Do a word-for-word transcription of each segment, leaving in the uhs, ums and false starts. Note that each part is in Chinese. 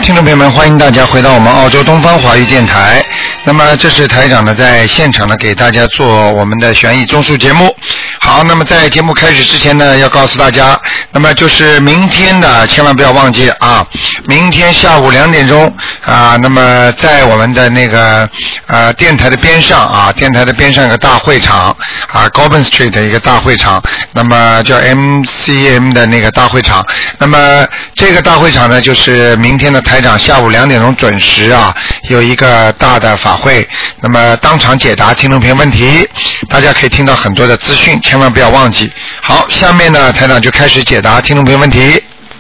听众朋友们，欢迎大家回到我们澳洲东方华语电台。那么这是台长呢在现场呢给大家做我们的悬疑综述节目。好，那么在节目开始之前呢，要告诉大家，那么就是明天的千万不要忘记啊，明天下午两点钟啊，那么在我们的那个呃电台的边上啊，电台的边上有个大会场啊 ，Goulburn Street 的一个大会场，那么叫 M C M 的那个大会场。那么这个大会场呢，就是明天的台长下午两点钟准时啊，有一个大的法会，那么当场解答听众朋友问题，大家可以听到很多的资讯，千万不要忘记。好，下面呢台长就开始解答听众朋友问题。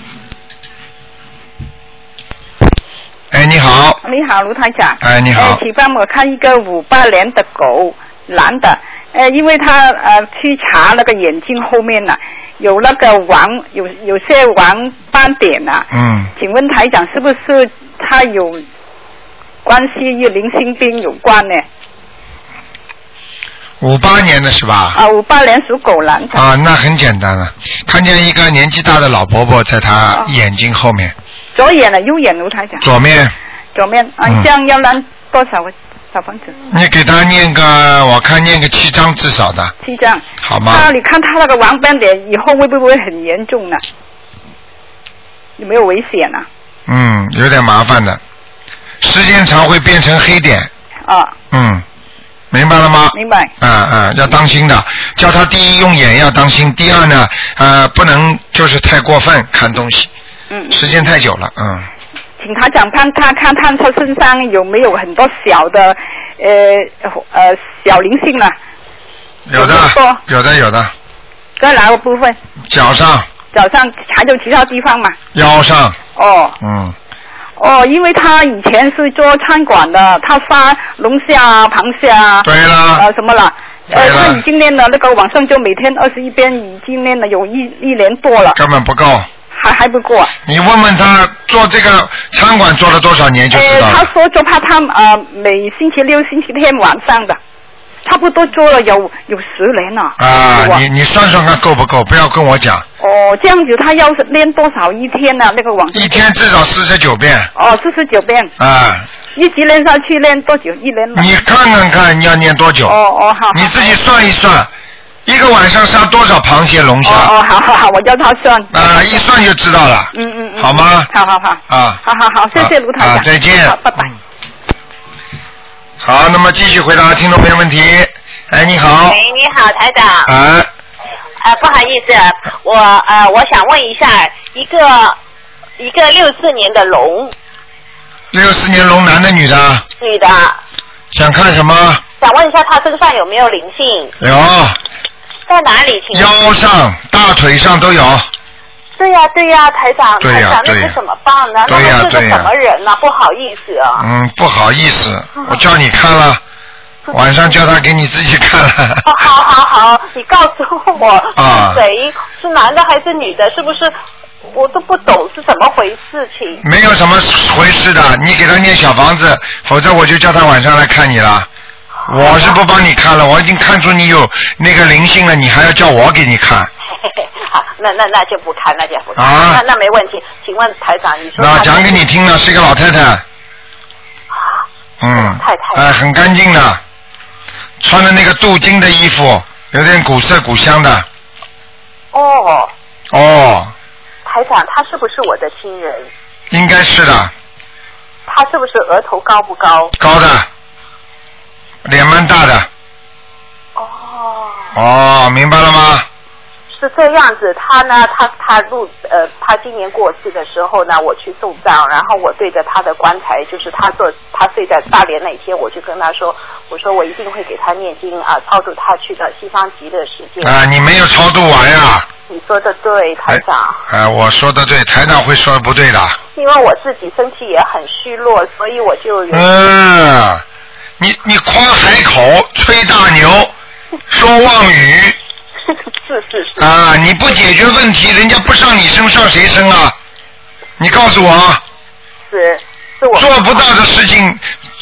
哎，你好。 你好，卢台长。 哎，你好。 呃，请帮我看一个五八年的狗，男的，呃，因为他呃去查那个眼睛后面呢、啊，有那个黄，有有些黄斑点呐、啊。 嗯。 请问台长，是不是他有关系与灵性病有关呢？ 五八年的是吧？ 啊，五八年属狗男的。 啊，那很简单了，看见一个年纪大的老伯伯在他眼睛后面。哦、 左眼的，右眼卢台长。 左面。 左面啊，嗯、这样要让多少个小房子？ 你给他念个，我看念个七张至少的。 七张。 好吗？ 那你看他那个黄斑点以后会不会很严重呢？有没有危险呢、啊？ 嗯，有点麻烦的，时间长会变成黑点。 啊。 嗯。明白了吗？ 明白。 啊啊，要当心的。叫他第一用眼要当心，第二呢，呃，不能就是太过分看东西。 嗯。 时间太久了，嗯。 请他讲看他看看他身上有没有很多小的呃呃小灵性呢？ 有的，有的有的。 在哪个部分？ 脚上。 脚上还有其他地方吗？ 腰上。 哦。 嗯。 哦，因为他以前是做餐馆的，他杀龙虾啊、螃蟹啊， 对了， 呃，什么了？呃，他已经练了那个往上就每天二十一遍，已经练了有一一年多了。 根本不够。 还还不够啊？ 你问问他做这个餐馆做了多少年就知道了。 呃，他说做怕他呃每星期六、星期天晚上的，差不多做了有有十年了。 啊，你你算算看够不够？不要跟我讲。 哦，这样子他要是练多少一天呢、啊？那个往一天至少四十九遍。 哦，四十九遍。 啊。 一直练下去练多久？一年了。 你看看看，你要念多久？ 哦哦好。 你自己算一算，一个晚上杀多少螃蟹、龙虾？ 哦哦，好好好，我叫他算。 啊，一算就知道了。 嗯嗯嗯。 好吗？ 好好好。 啊。 好好好，谢谢卢台长。 啊，再见。 好，拜拜。 好，那么继续回答听众朋友问题。哎，你好。 喂，你好，台长。 啊。 呃，不好意思，我呃，我想问一下，一个一个六四年的龙。 六四年龙，男的女的？ 女的。 想看什么？ 想问一下，他身上有没有灵性？ 有。 在哪里？请腰上、大腿上都有。 对呀、啊、对呀、啊，台长， 对呀、啊、 台长，那是怎么办呢？ 对呀、啊、 那是什么人呢、啊？不好意思啊。 嗯，不好意思，我叫你看了。晚上叫他给你自己看了。 哦，好好好，你告诉我啊， 是谁？是男的还是女的？是不是？我都不懂是怎么回事情。 没有什么回事的，你给他念小房子，否则我就叫他晚上来看你了。我是不帮你看了，我已经看出你有那个灵性了，你还要叫我给你看。 好，那那那就不看，那就不看。 啊， 那那没问题。请问台长，你说那讲给你听了，是一个老太太。 啊。 嗯。 太太。 哎、呃，很干净的。穿的那个镀金的衣服，有点古色古香的。 哦。 哦。 台长，他是不是我的亲人？ 应该是的。 他是不是额头高不高？ 高的。脸蛮大的。 哦。 哦，明白了吗？ 是这样子，他呢，他他入呃，他今年过世的时候呢，我去送葬，然后我对着他的棺材，就是他做他睡在大连那一天，我就跟他说，我说我一定会给他念经啊，超度他去到西方极乐世界。 啊，你没有超度完呀？ 你说的对，台长。 哎、啊，我说的对，台长会说的不对的。 因为我自己身体也很虚弱，所以我就有。 嗯，你你夸海口，吹大牛，说妄语。 是是是。 啊，你不解决问题，人家不上你身上谁生啊？你告诉我。 是是我。 做不到的事情，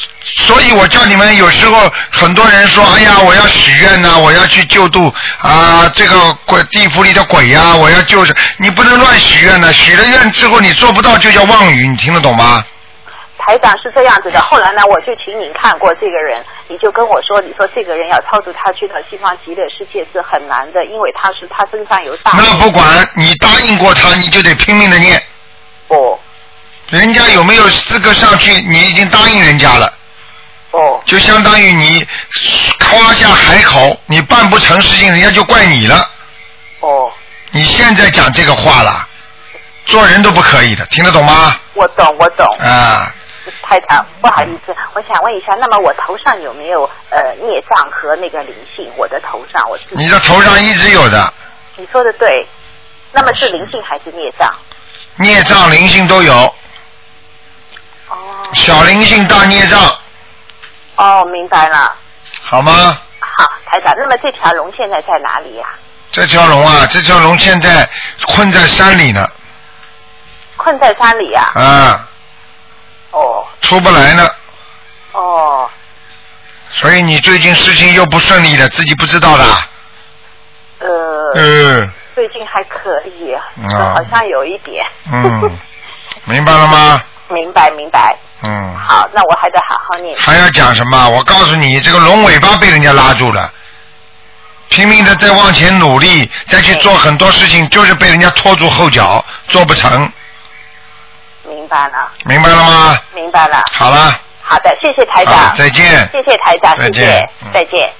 所以我叫你们，有时候很多人说，哎呀，我要许愿呐、啊，我要去救度啊，这个鬼地府里的鬼呀、啊，我要救着，你不能乱许愿的，许了愿之后你做不到就叫妄语，你听得懂吗？ 台长是这样子的，后来呢，我就请您看过这个人，你就跟我说，你说这个人要超度他去到西方极乐世界是很难的，因为他是他身上有大。 那不管你答应过他，你就得拼命的念。 哦。 人家有没有资格上去？你已经答应人家了。 哦。 就相当于你夸下海口，你办不成事情，人家就怪你了。 哦。 你现在讲这个话了，做人都不可以的，听得懂吗？ 我懂，我懂。 啊。 台长，不好意思，我想问一下，那么我头上有没有呃孽障和那个灵性？我的头上，我自己。 你的头上一直有的。 你说的对，那么是灵性还是孽障？ 孽障、灵性都有。 哦。 小灵性，大孽障。 哦，明白了。 好吗？ 好，台长，那么这条龙现在在哪里呀、啊？ 这条龙啊，这条龙现在困在山里呢。 困在山里呀、 啊？啊。 哦。 出不来呢。 哦。 所以你最近事情又不顺利的，自己不知道的。 呃。 嗯。 最近还可以， 嗯、 好像有一点。 嗯。明白了吗？ 明白明白。 嗯。 好，那我还得好好念。 还要讲什么？我告诉你，这个龙尾巴被人家拉住了，拼命的在往前努力，再去做很多事情，就是被人家拖住后脚，做不成。 明白了。 明白了吗？ 明白了。 好了。 好的，谢谢台长。 再见。 谢谢台长， 再见。 谢谢， 嗯、 再见。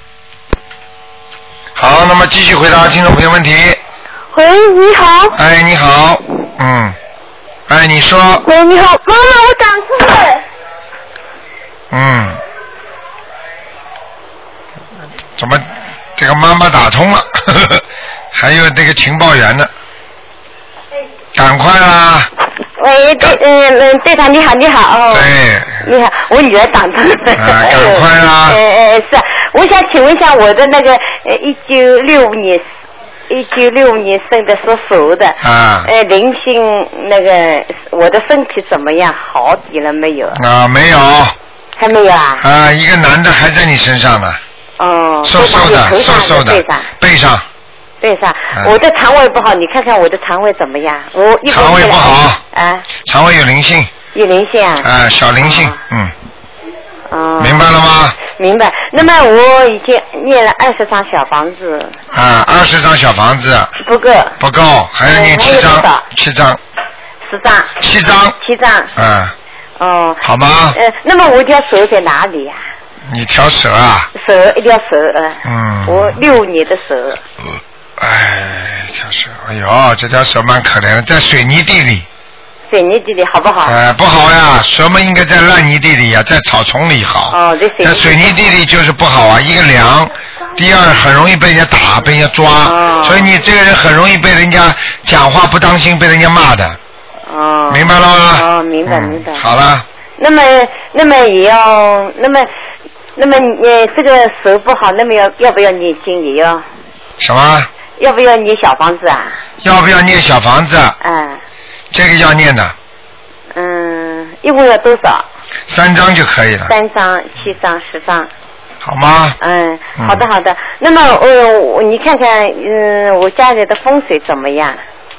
好，那么继续回答听众朋友问题。 喂，你好。 哎，你好。嗯。哎，你说。 喂，你好，妈妈，我打通了。 嗯。怎么这个妈妈打通了？呵呵，还有这个情报员呢。赶快啦！ 喂，队嗯嗯，队长你好，你好哦。 对。 你好，我女儿打通了。 啊，赶快啦！ 呃呃是，我想请问一下我的那个呃一九六五年，一九六五年生的属鼠的。 啊。 呃，灵性那个我的身体怎么样？好点了没有？ 啊，没有。 还没有啊？ 啊，一个男的还在你身上呢。 哦。 瘦瘦的，瘦瘦的。 背上。 背上。 对上，嗯、我的肠胃不好，你看看我的肠胃怎么样？我一肠胃不好啊， 肠胃有灵性， 有灵性啊， 啊，小灵性，哦、嗯， 哦， 明白了吗？ 明白。那么我已经念了二十张小房子， 啊，二十张小房子不够， 不够，还要念七张，嗯、七张， 十张， 七张， 七张， 嗯， 哦， 好吗？ 呃，那么我条蛇在哪里呀、 啊？你条蛇啊？ 蛇，一条蛇，呃、 嗯， 我六年的蛇。 嗯哎，条蛇，哎呦，这条蛇蛮可怜的，在水泥地里。 水泥地里好不好？ 哎、呃，不好呀，蛇们应该在烂泥地里呀，在草丛里好。 哦，在水。 在水泥地里就是不好啊，一个凉，第二很容易被人家打，被人家抓，哦、所以你这个人很容易被人家讲话不当心，被人家骂的。 哦。 明白了吗？ 哦，明白、嗯、明白。 好了。 那么，那么也要，那么，那么呃，这个蛇不好，那么要要不要念经也要？ 什么？ 要不要捏小房子啊？ 要不要捏小房子？ 嗯。 这个要念的。 嗯，一共要多少？ 三张就可以了。 三张、七张、十张。 好吗？ 嗯，好的好的。那么呃，你看看，嗯，我家里的风水怎么样？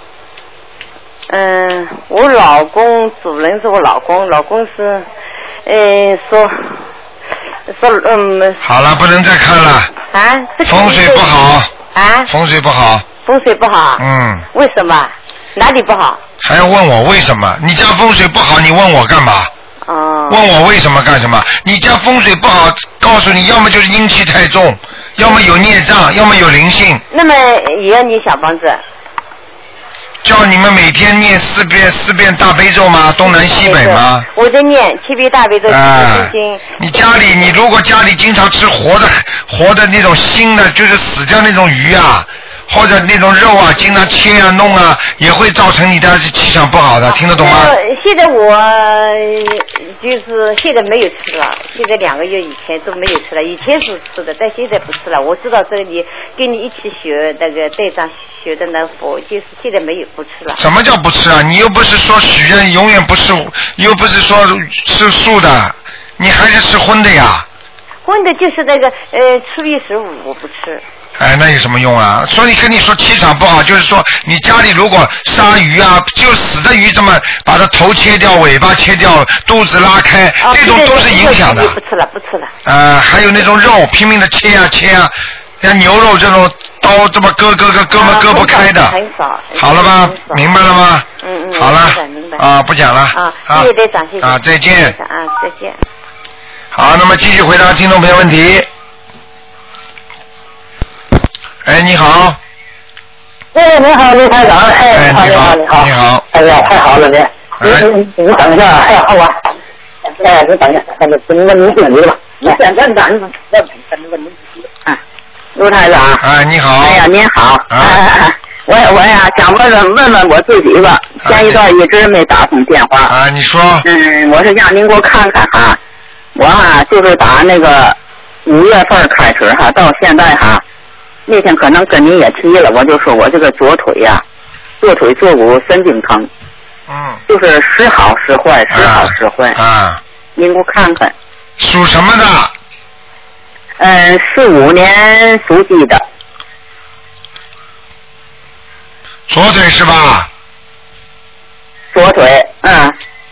嗯，我老公主人是我老公，老公是，呃，说说嗯。 好了，不能再看了。 啊？ 风水不好。 啊， 风水不好。 风水不好。 嗯。 为什么？哪里不好？ 还要问我为什么？你家风水不好，你问我干嘛？ 哦。 问我为什么干什么？你家风水不好，告诉你，要么就是阴气太重，要么有孽障，要么有灵性。 那么也要念小房子。 叫你们每天念四遍四遍大悲咒吗？东南西北吗？ 我在念七遍大悲咒，七遍心经。 你家里，你如果家里经常吃活的活的那种腥的，就是死掉那种鱼啊，或者那种肉啊，经常切啊弄啊，也会造成你的气场不好的，听得懂吗？ 现在我就是现在没有吃了，现在两个月以前都没有吃了，以前是吃的，但现在不吃了。我知道这里跟你一起学那个队长学的那佛，就是现在没有不吃了。 什么叫不吃啊？你又不是说许愿永远不吃，又不是说吃素的， 你还是吃荤的呀？ 荤的就是那个呃初一十五我不吃。 哎，那有什么用啊？所以跟你说气场不好，就是说你家里如果杀鱼啊，就死的鱼，这么把它头切掉、尾巴切掉、肚子拉开， 哦、 这种都是影响的。 不吃了，不吃了。 呃，还有那种肉拼命的切啊切啊，像牛肉这种刀这么割割割割嘛割不开的。 很少。 好了吧？明白了吗？ 嗯嗯。 好了。 明白明白。 啊，不讲了。 啊，谢谢队长，谢谢。 啊，再见。 啊，再见。 好，那么继续回答听众朋友问题。哎，你好。 哎，你好，卢台长。哎，你好，你好，你好。 你好。 哎呀，太好了，你。你你等一下，哎呀，好吧。哎，你等一下，咱们问问题问题吧。你先问咱们，问问问问题。啊，卢台长。 哎，你好。 哎呀，您好。 啊。 我我呀，想问问问问我自己吧。前一段一直没打通电话。 啊，你说。 嗯，我是让您给我看看哈。我哈就是打那个五月份开始哈，到现在哈。那天可能跟您也提了，我就说我这个左腿呀、啊，左腿坐骨神经疼， 嗯， 就是时好时坏，时好时坏。 啊，啊您给我看看。 属什么的？ 嗯，四五年属鸡的。 左腿是吧？ 左腿，嗯。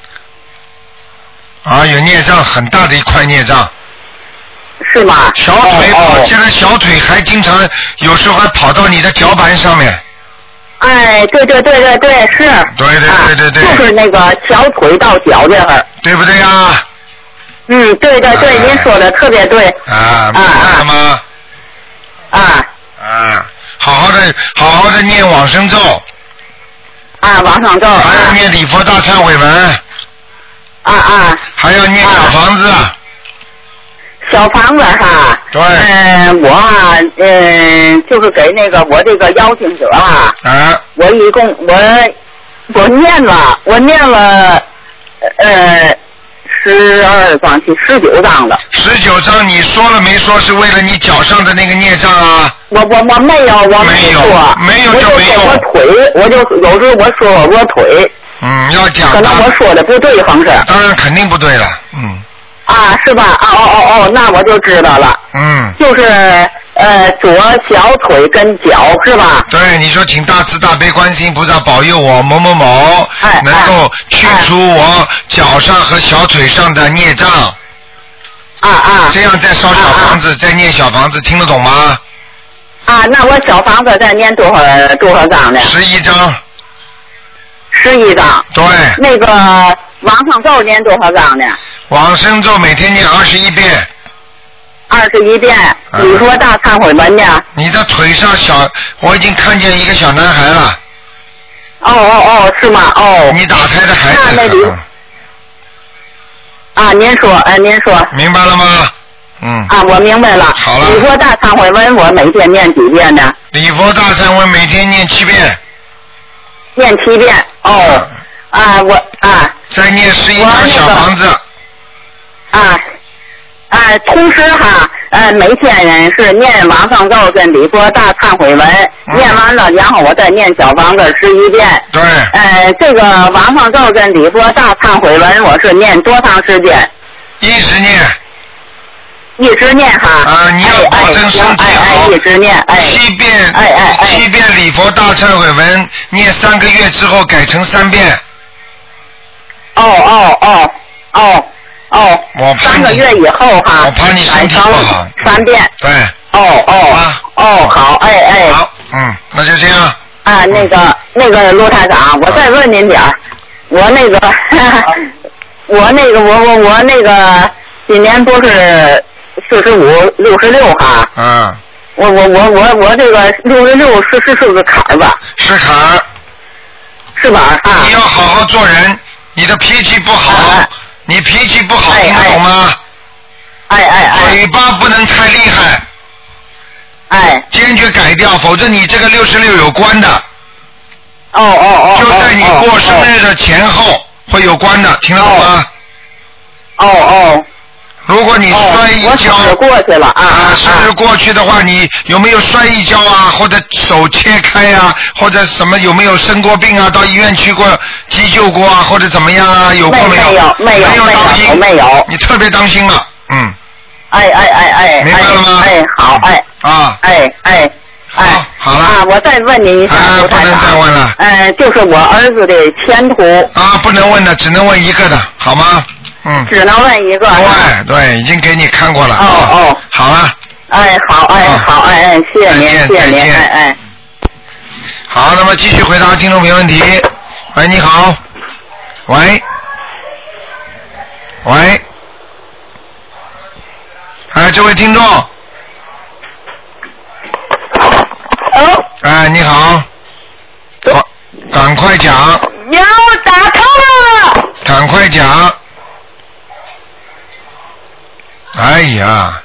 啊，有孽障，很大的一块孽障。 是吗？ 小腿跑，现在小腿还经常有时候还跑到你的脚板上面。 哎，对对对对对，是。 对对对对对。 啊、就是那个小腿到脚这块儿。 对不对呀？ 嗯，对对对，啊、您说的特别对。 啊，明白了吗？ 啊。 啊，好好的，好好的念往生咒。 啊，往生咒。 还要念礼佛大忏悔文。 啊啊。 还要念小房子。啊小房子哈， 对， 嗯、呃，我啊，嗯、呃，就是给那个我这个邀请者啊， 啊， 我一共我我念了，我念了，呃，十二章去十九章了。 十九章你说了没说是为了你脚上的那个孽障啊？ 我我我没有，我没有说， 没有就没有。 我腿，我就有时候我说我腿， 嗯，要讲。 可能我说的不对，方式。 当然肯定不对了，嗯。 啊，是吧？啊，哦哦哦，那我就知道了。 嗯。 就是呃，左小腿跟脚是吧？ 对，你说请大慈大悲观世音菩萨保佑我某某某， 哎、 能够去除我脚上和小腿上的孽障。 啊啊。 这样再烧小房子，啊、再念小房子，听得懂吗？ 啊，那我小房子再念多少多少章呢？ 十一章。 十一章。 对。 那个往生咒念多少章呢？ 往生咒每天念二十一遍。 二十一遍。你说大忏悔文呢？ 你的腿上小，我已经看见一个小男孩了。 哦哦哦，是吗？哦。 你打胎的孩子。 那那里。啊，您说，哎、呃，您说。 明白了吗？嗯。 啊，我明白了。 好了。 礼佛大忏悔文我每天念几遍呢？ 礼佛大忏悔每天念七遍。 念七遍。哦。啊, 啊，我啊。 再念十一张小房子。 啊，啊，同时哈，呃，每天是念往生咒跟礼佛大忏悔文，嗯、念完了，然后我再念小房子十一遍。 对。 呃，这个往生咒跟礼佛大忏悔文，我是念多长时间？ 一直念。 一直念哈。 啊，你要保证身体好。 哎哎，一直念。哎。 七遍。 哎哎哎。 七遍礼佛大忏悔文，念三个月之后改成三遍。 哦哦哦哦。哦， 我三个月以后哈， 我怕你身体不好， 三遍。 对。 哦哦。啊。哦，好，哎哎。 好，嗯，那就这样。 啊，那个、嗯、那个卢台长，我再问您点儿，我那个，我那个我我我那个今年不是四十五六十六哈。 嗯。 我我我我我这个六十六是是是个坎儿吧？ 是坎儿。 是吧？啊。 你要好好做人，你的脾气不好。啊你脾气不好，听得懂吗？ 哎哎哎！ 嘴巴不能太厉害。 哎。 坚决改掉，否则你这个六十六有关的。 哦哦哦。 就在你过生日的前后会有关的，听得懂吗？ 哦哦。 如果你摔一跤， 哦、我过去了啊啊！ 是不是过去的话，你有没有摔一跤啊，或者手切开啊，或者什么有没有生过病啊？到医院去过急救过啊，或者怎么样啊？有过没有？ 没有，没有， 没有当心， 没有。 你特别当心了，嗯。 哎哎哎哎， 明白了吗？ 哎，好，哎。 啊。 哎哎。 哎，好了。 啊，我再问你一下， 啊，不能再问了。 呃，就是我儿子的前途。 啊，不能问的，只能问一个的，好吗？嗯， 只能问一个。 对对，已经给你看过了。 哦哦， 好了。 哎，好，哎，好，哎哎，谢谢您，谢谢您，哎哎。 好，那么继续回答听众没问题。喂，你好。喂。喂。哎，这位听众。 哦。 哎，你好。赶赶快讲。 哟，打通了。 赶快讲。哎呀，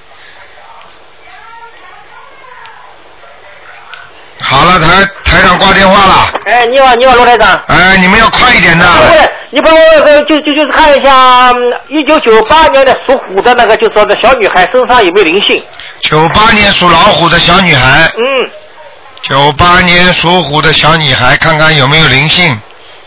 好了，台台长挂电话了。 哎，你好，你好，罗台长。 哎，你们要快一点的。 不是，你帮我就就就是看一下，一九九八年的属虎的那个，就说的小女孩身上有没有灵性？ 九八年属老虎的小女孩。 嗯。 九八年属虎的小女孩，看看有没有灵性。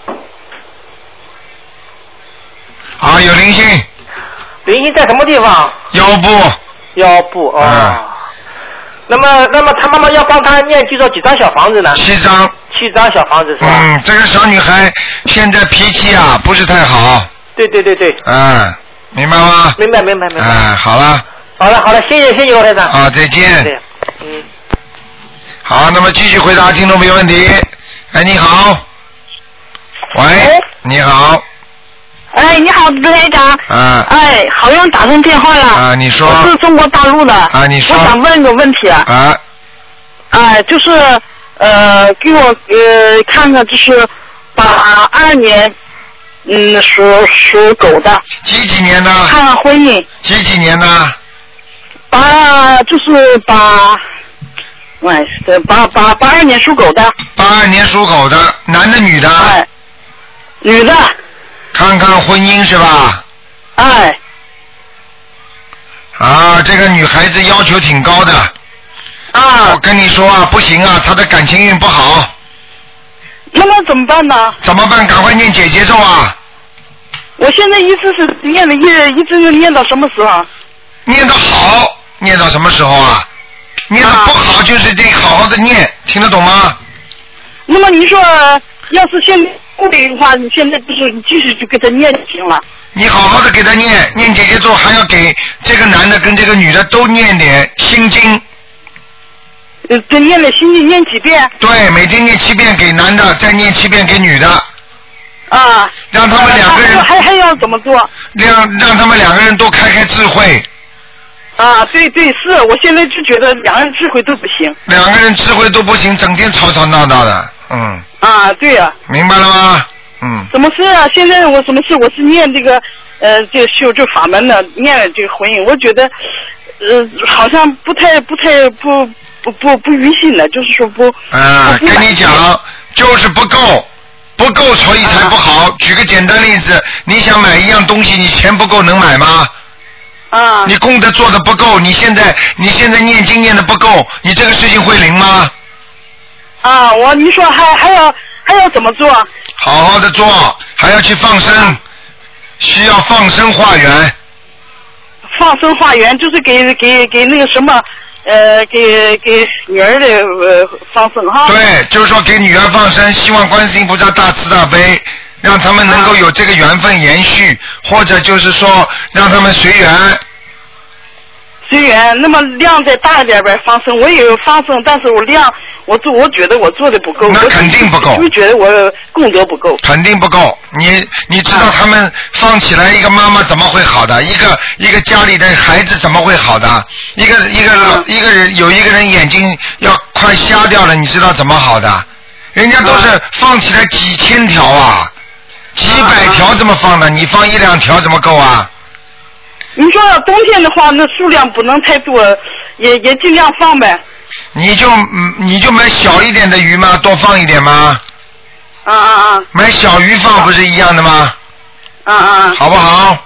啊，有灵性。 灵性在什么地方？ 腰部。 腰部啊、哦嗯。那么，那么他妈妈要帮他念多少几张小房子呢？ 七张。 七张小房子是吧？ 嗯，这个小女孩现在脾气啊不是太好。 对对对对。 嗯，明白吗？ 明白明白明白。 嗯，好了。 好了好了，谢谢谢谢罗台长。 啊，再见。 对，嗯。 好，那么继续回答听众没问题。哎，你好。喂。你好。 哎，你好，卢台长。 啊。 哎，好像打通电话了。 啊，你说。 我是中国大陆的。 啊，你说。 我想问个问题。 啊。 啊，就是呃，给我呃看看，就是八二年，嗯，属属狗的。 几几年的？ 看看婚姻。 几几年的？ 八就是八，哎，八八八二年属狗的。 八二年属狗的，男的女的？ 哎，女的。 看看婚姻是吧？ 哎。 啊，这个女孩子要求挺高的。 啊。 我跟你说啊，不行啊，她的感情运不好。 那么怎么办呢？ 怎么办？赶快念姐姐咒啊！ 我现在一直是念了一一直念到什么时候？ 念得好，念到什么时候啊？念得不好就是得好好的念，听得懂吗？ 那么你说，要是现在固定的话，你现在不是你继续就给他念就行了？ 你好好的给他念，念姐姐咒，还要给这个男的跟这个女的都念点心经。 呃，再念了心经念几遍？ 对，每天念七遍给男的，再念七遍给女的。 啊。 让他们两个人。 还还要怎么做？ 让让他们两个人都开开智慧。 啊，对对，是我现在就觉得两个人智慧都不行。 两个人智慧都不行，整天吵吵闹闹的，嗯。 啊，对呀、啊。 明白了吗？嗯。 什么事啊？现在我什么事？我是念这个呃，这修这法门的，念了这个婚姻，我觉得呃，好像不太不太不不不不于心了，就是说不。 啊，跟你讲，就是不够，不够所以才不好。啊、举个简单例子，你想买一样东西，你钱不够能买吗？ 啊。 你功德做的不够，你现在你现在念经念的不够，你这个事情会灵吗？ 啊，我你说还还要还要怎么做？ 好好的做，还要去放生，啊、需要放生化缘。 放生化缘就是给给给那个什么呃给给女儿的呃放生哈。 对，就是说给女儿放生，希望观世音菩萨大慈大悲。让他们能够有这个缘分延续，或者就是说让他们随缘。 随缘，那么量再大一点呗，放生我也有放生，但是我量我做我觉得我做的不够。 那肯定不够。 就觉得我功德不够。 肯定不够，你你知道他们放起来一个妈妈怎么会好的？一个一个家里的孩子怎么会好的？一个一个、嗯、一个人有一个人眼睛要快瞎掉了，你知道怎么好的？人家都是放起来几千条啊。几百条这么放的，你放一两条怎么够啊？ 你说冬天的话，那数量不能太多，也也尽量放呗。 你就你就买小一点的鱼嘛，多放一点嘛。 啊啊啊！ 买小鱼放不是一样的吗？ 啊啊！ 好不好？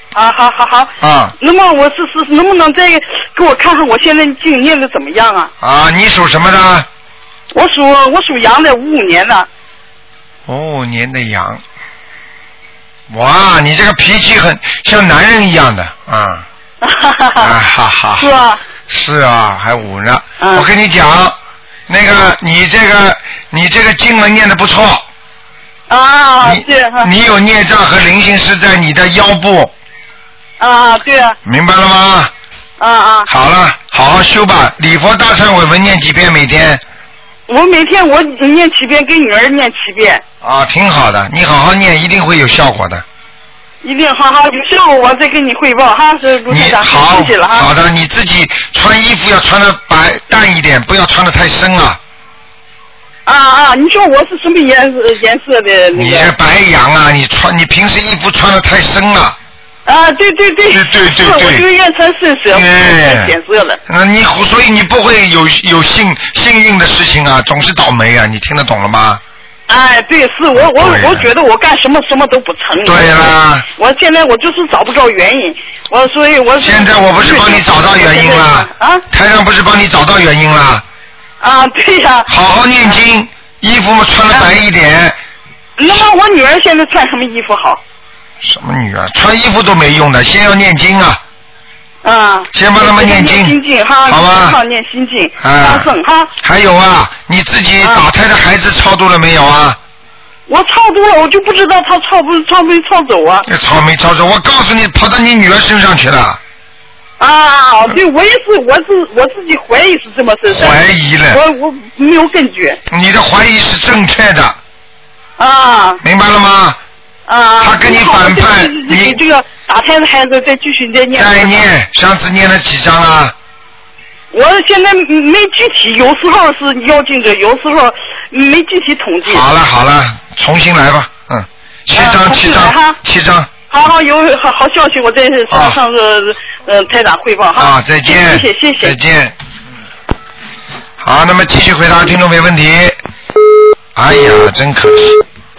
啊，好好好。 啊。 那么我是是能不能再给我看看我现在经念的怎么样啊？ 啊，你属什么的？ 我属我属羊的，五五年的。 五五年的羊。哇，你这个脾气很像男人一样的啊！啊哈哈。 是啊。 是啊，还五呢。 嗯。 我跟你讲，那个你这个你这个经文念的不错。 啊，对。 你有孽障和灵性是在你的腰部。 啊，对啊。 明白了吗？ 啊啊。 好了，好好修吧。礼佛大忏悔文念几遍每天？ 我每天我念七遍，给女儿念七遍。 啊，挺好的，你好好念，一定会有效果的。 一定好好有效果，我再给你汇报哈。是卢台长， 好， 谢谢了哈。 好的，你自己穿衣服要穿的白淡一点，不要穿的太深啊。 啊啊！你说我是什么颜色颜色的那个？ 你是白羊啊！你穿你平时衣服穿的太深了。 啊，对对对。 对对对对。 我就愿穿深色，不穿浅色了。 那你所以你不会有有幸幸运的事情啊，总是倒霉啊！你听得懂了吗？ 哎，对，是我我我觉得我干什么什么都不成。 对啦。 我现在我就是找不着原因，我所以我。 现在我不是帮你找到原因了？ 啊。 台上不是帮你找到原因了？ 啊，对呀。 好好念经，衣服嘛穿的白一点。 那么我女儿现在穿什么衣服好？ 什么女儿？穿衣服都没用的，先要念经啊。 啊。 先帮他们念经。 心经哈， 好吧。 好念心经。 啊。 圣哈。 还有啊，你自己打胎的孩子超度了没有啊？ 我超度了，我就不知道他超不超没超走啊。 超没超走？我告诉你，跑到你女儿身上去了。 啊，对，我也是，我是我自己怀疑是这么事。 怀疑了。 我我没有根据。 你的怀疑是正确的。 啊。 明白了吗？ 啊。 他跟你反叛， 你这个打胎的孩子再继续再念。 再念，上次念了几张啊？ 我现在没具体，有时候是要经者，有时候没具体统计。 好了好了，重新来吧，嗯，七张七张七张。 好好有好好消息，我再上上个呃台长汇报哈。 啊，再见。 谢谢谢谢。 再见。好，那么继续回答听众没问题。哎呀，真可惜。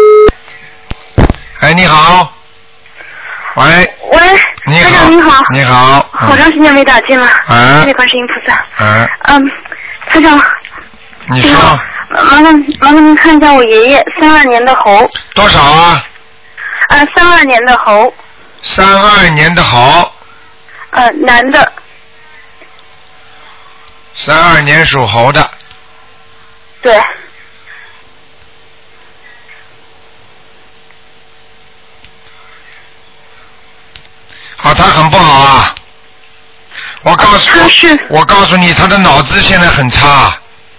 哎，你好。喂。 喂。 你好。 台长你好。 你好。 好长时间没打进了。 啊。 谢谢观世音菩萨。 啊。 嗯，台长。 你说。 麻烦麻烦您看一下我爷爷三二年的猴。 多少啊？ 啊，三二年的猴。 三二年的猴。 呃，男的。 三二年属猴的。 对。 好，他很不好啊！我告诉， 他是我告诉你，他的脑子现在很差。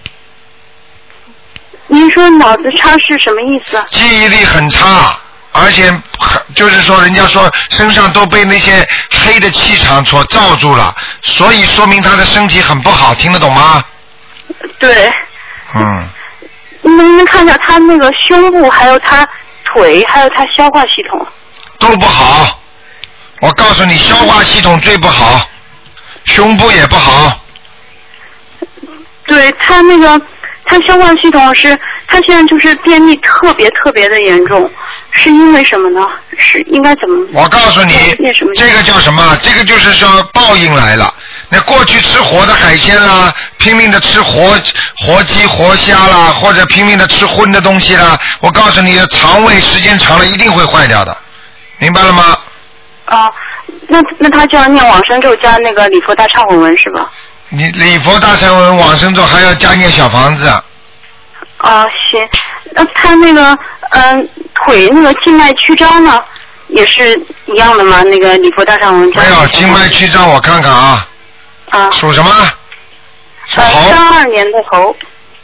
您说脑子差是什么意思？ 记忆力很差，而且就是说，人家说身上都被那些黑的气场所罩住了，所以说明他的身体很不好，听得懂吗？ 对。 嗯。 能您看一下他那个胸部，还有他腿，还有他消化系统？ 都不好。我告诉你，消化系统最不好，胸部也不好。 对他那个，他消化系统是，他现在就是便秘特别特别的严重，是因为什么呢？是应该怎么？ 我告诉你，这个叫什么？这个就是说报应来了。那过去吃活的海鲜啦，拼命的吃活活鸡、活虾啦，或者拼命的吃荤的东西啦，我告诉你的肠胃时间长了一定会坏掉的，明白了吗？ 啊，那那他就要念往生咒加那个礼佛大忏悔文是吧？ 你礼佛大忏悔文往生咒还要加念小房子。 啊，行。那他那个嗯、呃、腿那个静脉曲张呢，也是一样的吗？那个礼佛大忏悔文加。 没有静脉曲张，我看看啊。 啊。 属什么？属猴。 呃， 三二年的猴。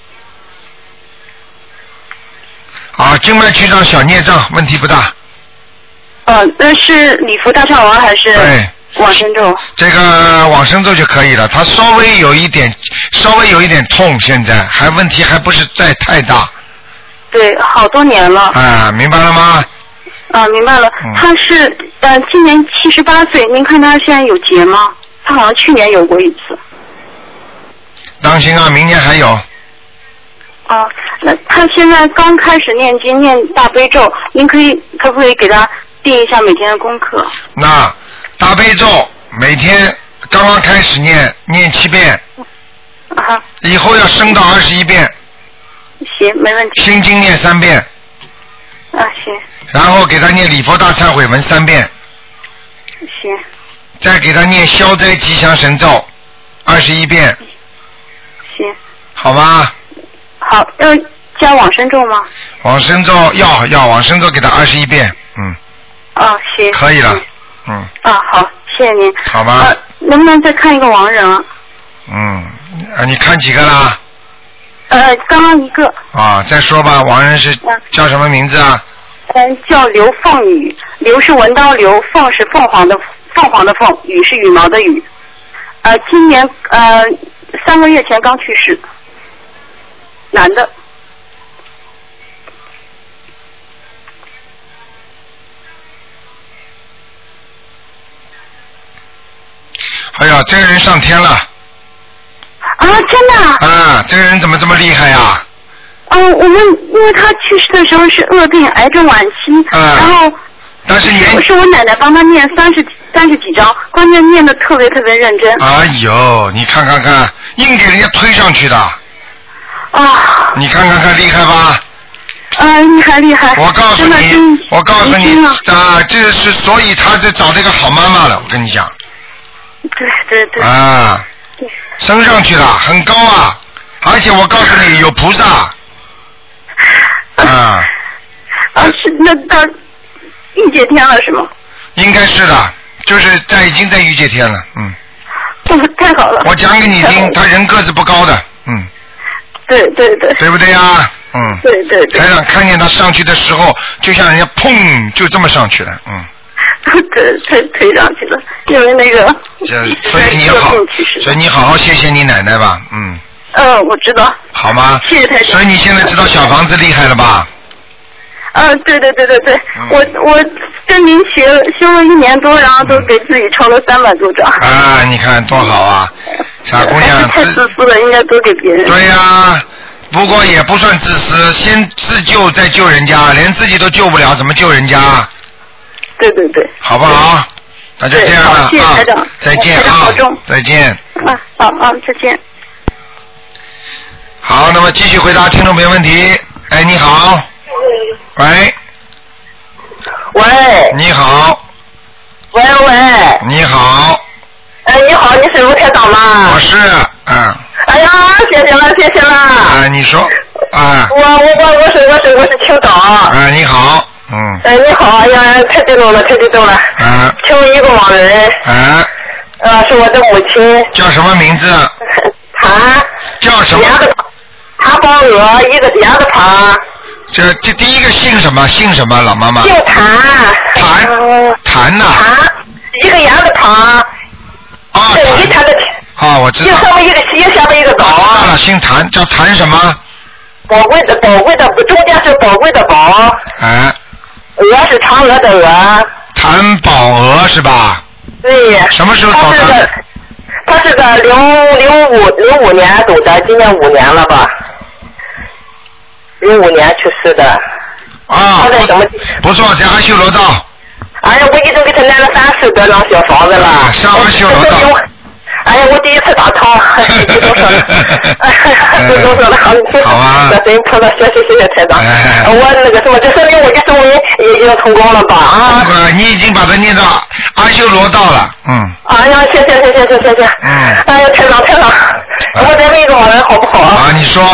啊，静脉曲张小孽障，问题不大。 呃，那是礼佛大忏文还是往生咒？ 这个往生咒就可以了。他稍微有一点，稍微有一点痛，现在还问题还不是在太大。 对，好多年了。 啊，明白了吗？ 啊，明白了。嗯、他是呃今年七十八岁，您看他现在有结吗？他好像去年有过一次。 当心啊，明年还有。 啊，那他现在刚开始念经念大悲咒，您可以可不可以给他定一下每天的功课？ 那大悲咒每天刚刚开始念念七遍， 啊， 以后要升到二十一遍。 行，没问题。 心经念三遍。 啊，行。 然后给他念礼佛大忏悔文三遍。 行。 再给他念消灾吉祥神咒二十一遍。 行。 好吧。 好，要加往生咒吗？ 往生咒要要往生咒给他二十一遍，嗯。 啊，行。 可以了，嗯。 啊，好，谢谢您。 好吧。 呃，能不能再看一个亡人啊？ 嗯，啊，你看几个啦？ 呃，刚刚一个。 啊，再说吧，亡人是叫什么名字啊？ 嗯，叫刘凤雨，刘是文刀刘，凤是凤凰的凤凰的凤，羽是羽毛的羽。呃，今年呃三个月前刚去世，男的。 哎呀，这个人上天了。 啊，真的？ 啊，这个人怎么这么厉害呀？ 嗯，我们因为他去世的时候是恶病，癌症晚期， 嗯、 然后但是年是我奶奶帮他念三十三十几章，关键念的特别特别认真。 哎呦，你看看看，硬给人家推上去的。 啊。 你看看看，厉害吧？ 啊，厉害厉害！ 我告诉你，我告诉你啊，这是所以他就找这个好妈妈了，我跟你讲。 对对对。 啊，升上去了，很高啊！而且我告诉你，有菩萨。啊。 啊，是那到御界天了是吗？ 应该是的，就是在已经在御界天了，嗯。 哦，太好了。 我讲给你听，他人个子不高的，嗯。 对对对。 对不对呀？嗯。 对对对。 台长看见他上去的时候，就像人家砰就这么上去了，嗯。 对，推推上去了，因为那个。 这所以你好，所以你好好谢谢你奶奶吧，嗯。 嗯，我知道。 好吗？ 谢谢台长。 所以你现在知道小房子厉害了吧？ 嗯，对对对对对， 嗯、 我我跟您学修了一年多，然后都给自己抽了三百多张。 啊，你看多好啊，傻姑娘。 太自私了，应该多给别人。 对呀、啊，不过也不算自私，先自救再救人家，连自己都救不了，怎么救人家？ 对对对。 好不好？那就这样了啊！ 谢谢台长， 再见啊！再见。 啊，好啊，再见。 好，那么继续回答听众朋友问题。哎，你好。喂。 喂。 你好。 喂喂。 你好。 哎，你好，你是卢台长吗？ 我是，嗯。 哎呀，谢谢了，谢谢了。 啊，你说，啊。 我我我我是我是我是青岛。 啊，你好，嗯。 哎，你好，哎呀，太激动了，太激动了。 啊。 请问一个亡人。 啊。 呃，是我的母亲。 叫什么名字？ 谭。 叫什么？ 谭宝娥，一个鸭的旁。 这这第一个姓什么？姓什么？老妈妈。 姓谭。 谭。谭呐。 谭，一个鸭的旁。 啊。 对，一谭的。 啊，我知道。 就上面一个西，下面一个岛。 知道了，姓谭，叫谭什么？ 宝贵的，宝贵的，中间是宝贵的宝。 哎。 鹅是嫦娥的鹅。 谭宝娥是吧？ 对。 什么时候走的？ 他是个零零五零五年走的，今年五年了吧？零五年去世的。 啊。 他在什么？ 不错，在阿修罗道。 哎呀，我已经给他念了三十多张小房子了。 啊、上阿修罗道。 哎呀，我第一次打通，激动说了，激动说了，好， 好啊， 那真碰到，谢谢谢谢台长。 哎、 我那个什么，这说明我的声纹已经成功了吧？啊， 你已经把它念到阿修罗道了，嗯。 哎呀，谢谢谢谢谢谢谢。 嗯。 哎呀，台长台长，哎、我再问一个好人好不好？ 啊，你说。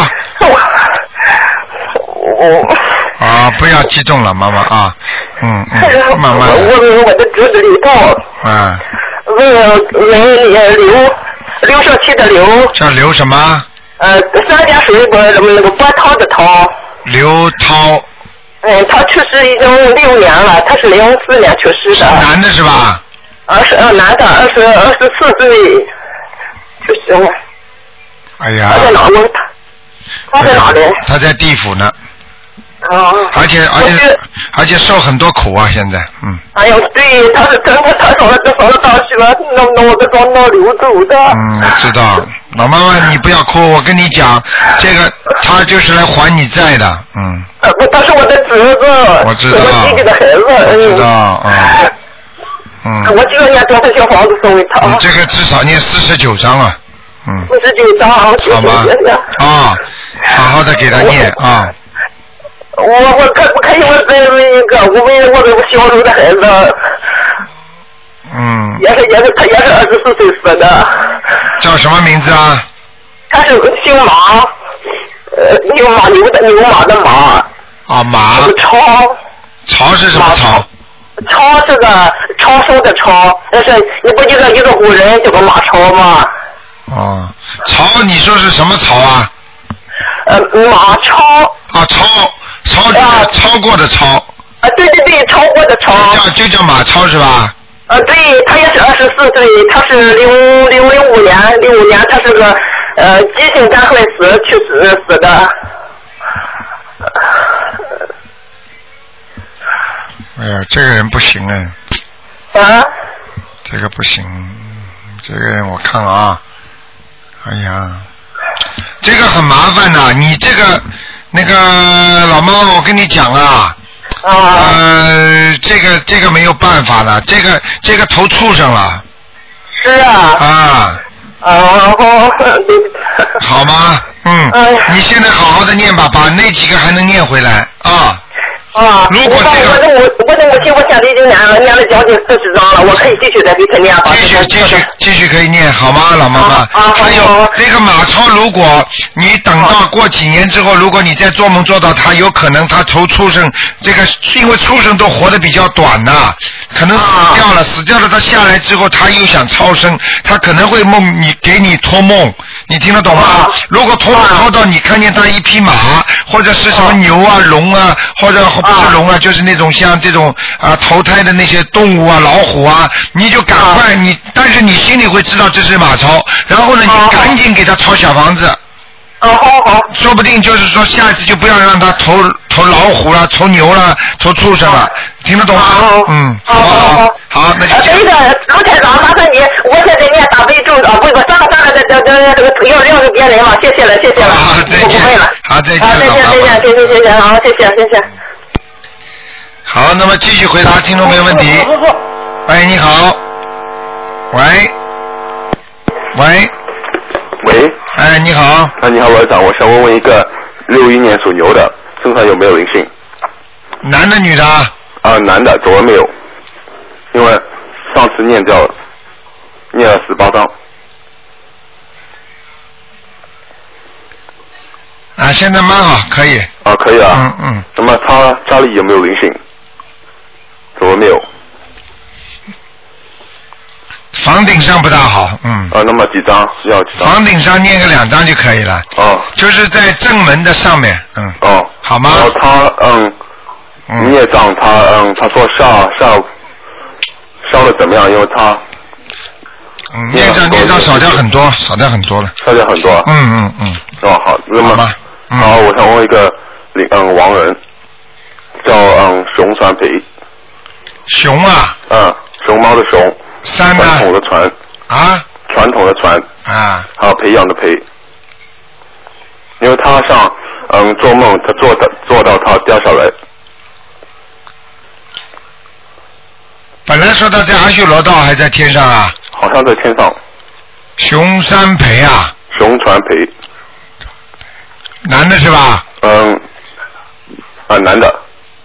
我。 啊，不要激动了，妈妈啊，嗯嗯，慢慢的。 我问我的侄子李栋。 啊。 问问刘刘少奇的刘。 叫刘什么？ 呃，三点水波那个波涛的涛。 刘涛。 嗯，他去世已经六年了，他是零四年去世的。 男的是吧？ 二十呃男的，二十二十四岁去世了。 哎呀。 他在哪呢？他在哪里？ 他在地府呢。 哦。 而且而且而且受很多苦啊，现在嗯。 哎呦，对，他是真的，他上了这上了大学，脑脑子装脑瘤走的。 嗯，我知道，老妈妈你不要哭，我跟你讲，这个他就是来还你债的，嗯。 呃，不，他是我的侄子。 我知道。 我弟弟的孩子。 我知道啊。 嗯。 我这个念多少小房子送给他？ 你这个至少念四十九章啊。嗯。 四十九章， 好吗？啊，好好的给他念啊。 我我可不可以我再问一个？我问我这个小时候的孩子。 嗯。 也是也是他也是二十四岁死的。 叫什么名字啊？ 他是姓马，呃，牛马牛的牛马的马。 啊马。 超。 超是什么超？ 超是个超生的超，但是你不记得一个古人叫个马超吗？ 哦，超你说是什么超啊？ 呃，马超。 啊超超就是超过的超。 啊对对对，超过的超。 就叫就叫马超是吧？ 啊对，他也是二十四岁，他是零零零五年，零五年他是个呃急性肝坏死去世死的。 哎呀，这个人不行哎。 啊？ 这个不行，这个人我看啊，哎呀，这个很麻烦的。你这个那个老猫，我跟你讲啊， 啊呃，这个这个没有办法了，这个这个投畜生了。 是啊。 啊。 啊。 好吗？嗯。你现在好好的念吧，把那几个还能念回来啊。 啊， 如果这个我的母我的母亲，我现在已经念了念了将近四十章了，我可以继续再给他念吧。 继续继续继续可以念好吗，老妈妈？ 啊啊、 还有那个马超，如果你等到过几年之后，如果你再做梦做到他，有可能他投畜生，这个因为畜生都活得比较短呐，可能死掉了，啊、死掉了，他下来之后他又想超生，他可能会梦你给你托梦，你听得懂吗？啊、如果托梦托到你看见他一匹马，或者是什么牛啊、龙啊，或者不是龙啊，就是那种像这种啊投胎的那些动物啊、老虎啊，你就赶快你，但是你心里会知道这是马超，然后呢，你赶紧给他抄小房子。 哦，好好。 说不定就是说下一次就不要让他投投老虎了、投牛了、投畜生了，听得懂吗？嗯。 好好好。 好，那就。 这个卢台长，麻烦你，我现在念大悲咒啊，不不，算了算了，这这这这个要要给别人了，谢谢了，谢谢了，我不问了。 好，再见。 好，再见，再见，谢谢，谢谢，好，谢谢，谢谢。 好，那么继续回答听众朋友问题。喂，你好。喂。喂。 喂。 哎，你好。 啊，你好，罗长，我想问问一个六一年属牛的身上有没有灵性？ 男的，女的？ 啊，男的，走了没有？因为上次念掉了，念了十八章。 啊，现在蛮好，可以。 啊，可以啊。 嗯嗯。 那么他家里有没有灵性？走了没有？ 房顶上不大好，嗯。 啊，那么几张要几张？ 房顶上念个两张就可以了。 哦。 就是在正门的上面，嗯。 哦。 好吗？ 然后他嗯， 嗯孽障他嗯，他说烧烧烧的怎么样？因为他嗯，孽障孽障少掉很多，少掉很多了。 少掉很多。 嗯嗯嗯。 哦，好，那么好嗯、 好，我想问一个嗯亡人，叫嗯熊传培。 熊啊。 嗯，熊猫的熊。 山呢？ 传统的传。 啊。 传统的传。 啊。 还有培养的培。因为他上嗯做梦，他做的做到他掉下来。 本来说他在阿修罗道还在天上啊。 好像在天上。 熊山培啊。 熊传培。 男的是吧？ 嗯。啊，男的。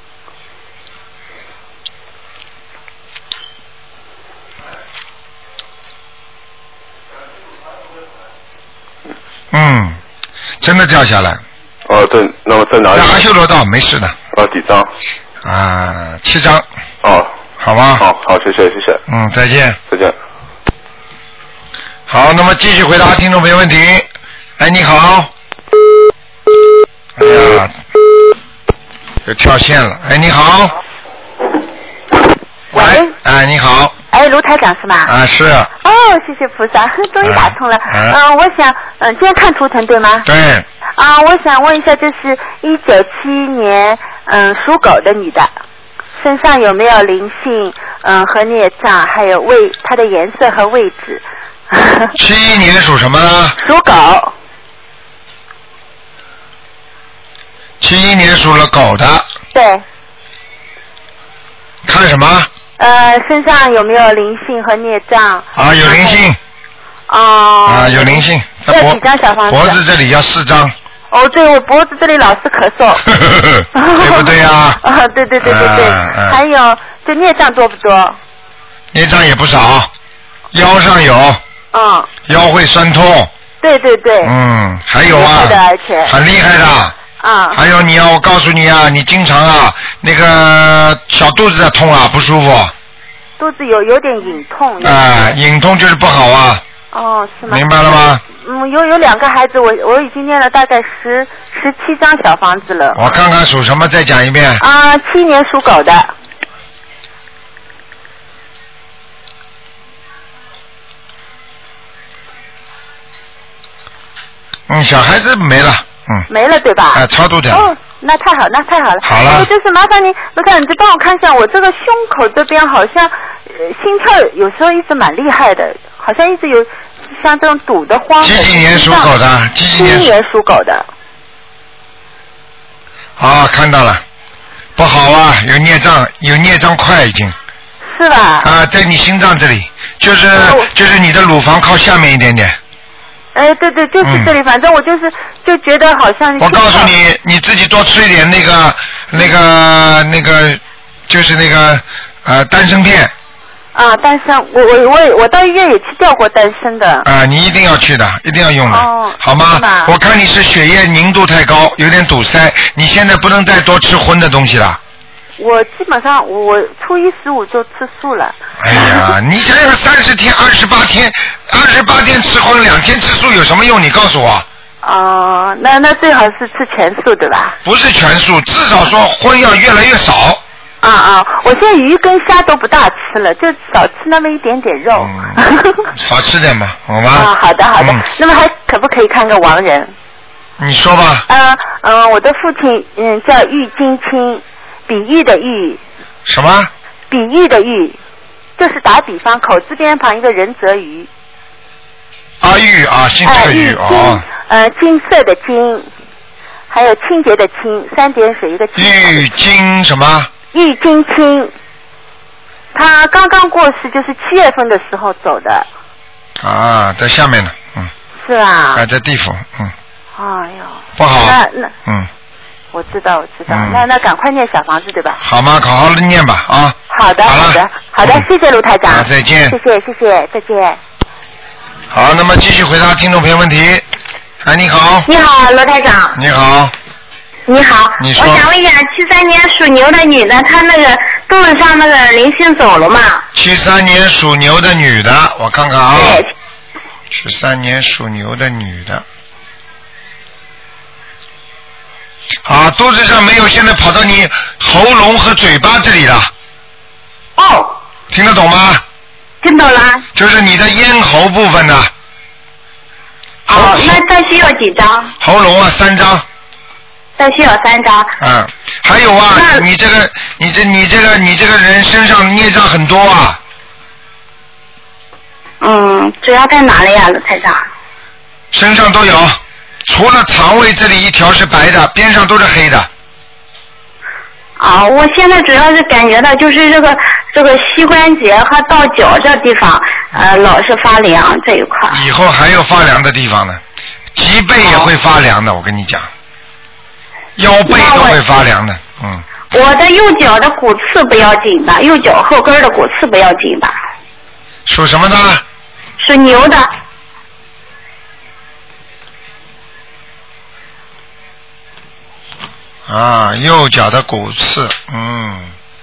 嗯，真的掉下来。 哦，对，那么在哪里？ 在阿修罗道，没事的。 啊，几张？ 啊，七张。 哦。 好吗？ 好，好，谢谢，谢谢。 嗯，再见。 再见。 好，那么继续回答听众朋友问题。哎，你好。哎呀，又跳线了。哎，你好。 喂。 哎，你好。 哎，卢台长是吗？ 啊，是。 哦，谢谢菩萨，终于打通了。嗯、 啊， 我想，嗯，今天看图腾对吗？ 对。 啊，我想问一下，这是一九七一年，嗯，属狗的女的，身上有没有灵性？嗯，和孽障，还有位，它的颜色和位置。 七一年属什么呢？ 属狗。 七一年属了狗的。 对。 看什么？ 呃，身上有没有灵性和孽障？ 啊，有灵性。 哦。 啊，有灵性。 要几张小房子？ 脖子这里要四张。 哦，对，我脖子这里老是咳嗽。 对不对呀？ 啊，对对对对对。 啊啊、 还有，这孽障多不多？ 孽障也不少，腰上有。 嗯。 腰会酸痛。对对对。嗯，还有啊。 厉害的，而且。 很厉害的。 啊。 还有你啊，我告诉你啊，你经常啊，那个小肚子痛啊，不舒服。 肚子有有点隐痛。 啊，隐痛就是不好啊。 哦，是吗？ 明白了吗？ 嗯，有有两个孩子，我我已经念了大概十十七张小房子了。 我看看属什么，再讲一遍。 啊，七年属狗的。 嗯，小孩子没了，嗯。 没了对吧？ 哎、啊，超度掉。 哦，那太好，那太好了。 好了。 还有就是麻烦你，卢看，你就帮我看一下，我这个胸口这边好像、呃、心跳有时候一直蛮厉害的，好像一直有像这种堵得慌。 几几年属狗的？几几年？ 七年属狗的。 啊，看到了，不好啊，有孽障，有孽障块已经。 是吧？ 啊，在你心脏这里，就是、哦、就是你的乳房靠下面一点点。 哎，对对，就是这里，嗯、反正我就是就觉得好像。 我告诉你，你自己多吃一点那个那个那个，就是那个呃丹参片。 啊，丹参，我我我我到医院也去调过丹参的。 啊，你一定要去的，一定要用的， 哦、 好吗？我看你是血液凝度太高，有点堵塞，你现在不能再多吃荤的东西了。 我基本上我初一十五就吃素了。 哎呀，你想想三十天、二十八天、二十八天吃荤，两天吃素有什么用？你告诉我。 哦、呃，那那最好是吃全素对吧？ 不是全素，至少说荤要越来越少。 啊啊！我现在鱼跟虾都不大吃了，就少吃那么一点点肉。 嗯、少吃点吧，好吧？ 啊，好的好的、嗯。那么还可不可以看个亡人？ 你说吧。 嗯嗯、呃，我的父亲嗯叫郁金清。比喻的喻， 什么？ 比喻的喻，就是打比方，口字边旁一个人则鱼。 阿玉啊，姓这个玉哦。 呃，金色的金，还有清洁的清，三点水一个清。 郁金什么？ 郁金清，他刚刚过世，就是七月份的时候走的。 啊，在下面呢，嗯。 是啊。 还在地府，嗯。 哎呦。 不好。 那那。 嗯。 我知道，我知道， 嗯、 那那赶快念小房子对吧？ 好吗？好好的念吧啊！ 好的，好的，好的，谢谢卢台长。 啊，再见。 谢谢，谢谢，再见。 好，那么继续回答听众朋友问题。哎，你好。 你好，罗台长。 你好。 你好。 你说。 我想问一下，七三年属牛的女的，她那个肚子上那个灵性走了吗？ 七三年属牛的女的，我看看啊。 对。 七三年属牛的女的。啊，肚子上没有，现在跑到你喉咙和嘴巴这里了。 哦。 听得懂吗？ 听懂了。 就是你的咽喉部分呢。 哦，那再需要几张？ 喉咙啊，三张。 再需要三张。 嗯，还有啊，你这个，你这，你这个，你这个人身上孽障很多啊。 嗯，主要在哪里呀，卢台长？ 身上都有。除了肠胃这里一条是白的，边上都是黑的。 啊，我现在主要是感觉到就是这个这个膝关节和到脚这地方，呃，老是发凉这一块。 以后还有发凉的地方呢，脊背也会发凉的，我跟你讲，腰背都会发凉的，嗯。 我的右脚的骨刺不要紧的，右脚后跟的骨刺不要紧的。 属什么的？ 属牛的。 啊，右脚的骨刺，嗯，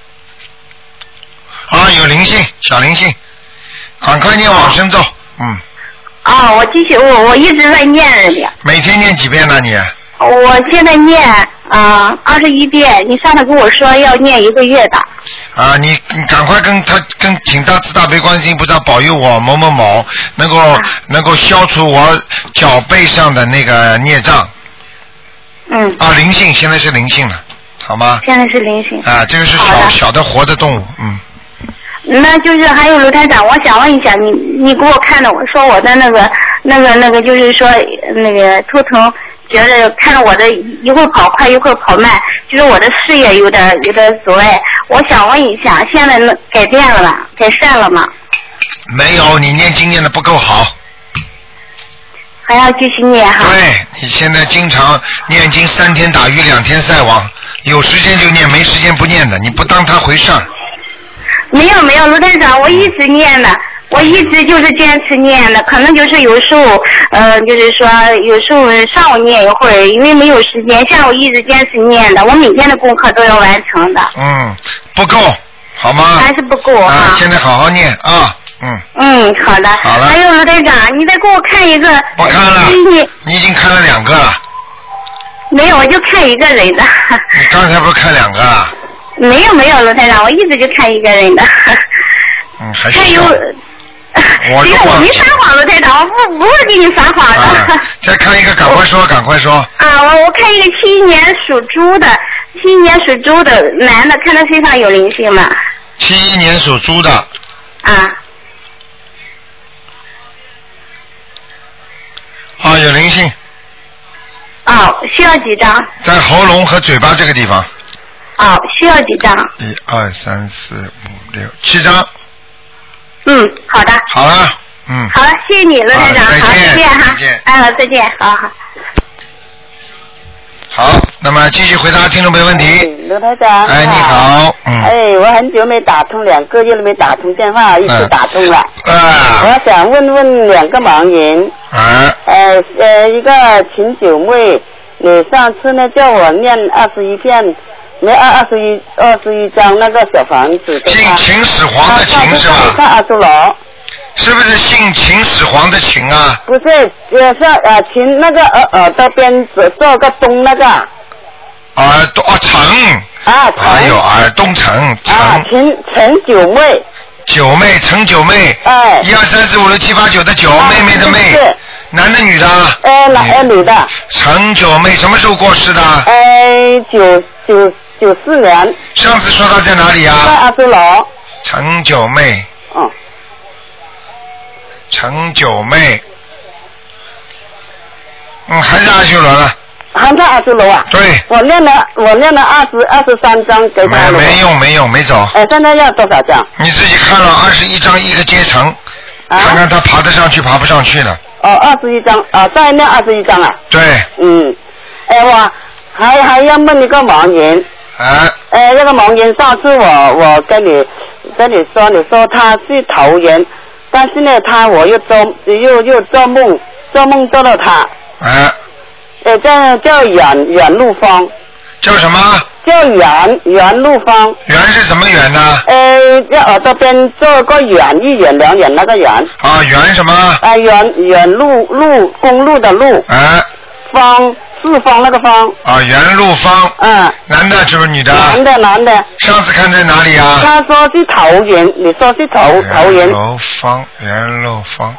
啊，有灵性，小灵性，赶快念往生咒，嗯。 啊，我继续，我我一直在念着的。 每天念几遍呢？你？ 我现在念啊二十一遍，你上次跟我说要念一个月的。 啊，你你赶快跟他跟请大慈大悲观世音菩萨保佑我某某某能够、啊、能够消除我脚背上的那个孽障。 嗯。 啊，灵性现在是灵性了，好吗？ 现在是灵性。 啊，这个是小小的活的动物，嗯。 那就是还有卢台长，我想问一下你，你给我看的，我说我的那个那个那个，就是说那个图腾觉得看着我的一会儿跑快一会儿跑慢，就是我的事业有点有点阻碍。我想问一下，现在能改变了吗？改善了吗？ 没有，你念经念的不够好。 还要继续念哈。 对，你现在经常念经，三天打鱼两天晒网，有时间就念，没时间不念的，你不当他回事儿。 没有没有，卢台长，我一直念的，我一直就是坚持念的，可能就是有时候，呃，就是说有时候上午念一会儿，因为没有时间，下午一直坚持念的，我每天的功课都要完成的。 嗯，不够，好吗？ 还是不够啊！现在好好念啊，嗯。 嗯，好的。 好了。 还有卢台长，你再给我看一个。 不看了。 你你已经看了两个了。 没有，我就看一个人的。 你刚才不是看两个了？ 没有没有，卢台长，我一直就看一个人的。 嗯，还是。 还有。 我这个我没撒谎，卢台长，我不不会给你撒谎的。 啊、再看一个，赶快说，赶快说。 啊，我我看一个七一年属猪的，七一年属猪的男的，看他身上有灵性吗？ 七一年属猪的。 啊。 啊，有灵性。 哦，需要几张？ 在喉咙和嘴巴这个地方。 哦，需要几张？ 一二三四五六七张。 嗯，好的。 好了，嗯。 好了，谢谢你，卢台长，好，再见哈。 再见。 哎，再见，好好。 好，那么继续回答听众朋友问题。 卢台长。 哎，你好。嗯。 哎，我很久没打通，两个月都没打通电话，一次打通了。 啊。 我想问问两个盲人。 啊。 呃呃，一个秦九妹，你上次呢叫我念二十一遍。没二二十一二十一张那个小房子。 姓秦始皇的秦是吧？ 看阿修罗。 是不是姓秦始皇的秦啊？ 不是，呃是呃秦那个耳耳朵边做个东那个。 耳朵啊陈。 啊陈。 还有耳东陈陈。 啊秦陈九妹。 九妹陈九妹。 哎。 一二三四五六七八九的九，妹妹的妹。 是。 男的女的？ 呃男呃女的。 陈九妹什么时候过世的？ 呃九九。九四年。 上次说他在哪里啊？ 在阿修罗。 陈九妹。 嗯。 陈九妹。嗯，还是阿修罗了。 还在阿修罗啊？ 对。 我念了，我念了二十二十三张给他。 没没用没用没走。 哎、呃，现在要多少张？ 你自己看了二十一张一个阶层，啊、看看他爬得上去爬不上去了。 哦，二十一张啊，再念二十一张啊。 对。 嗯，哎、呃、我还还要问一个盲人。 啊。 呃，那个盲人上次我我跟你跟你说，你说他去投人，但是呢，他我又做又又做梦，做梦做到他。 啊。 呃，叫叫袁袁路芳。 叫什么？ 叫袁袁路芳。 袁是什么袁呢？ 呃，在耳朵边做个远一远两远那个远。 啊，袁什么？ 啊，远远路路公路的路。 啊。 芳。四方那个方啊，袁路芳。 嗯。 男的是不是女的？ 男的，男的。 上次看在哪里啊？ 他说是桃园，你说是桃桃园。 袁路芳，袁路芳。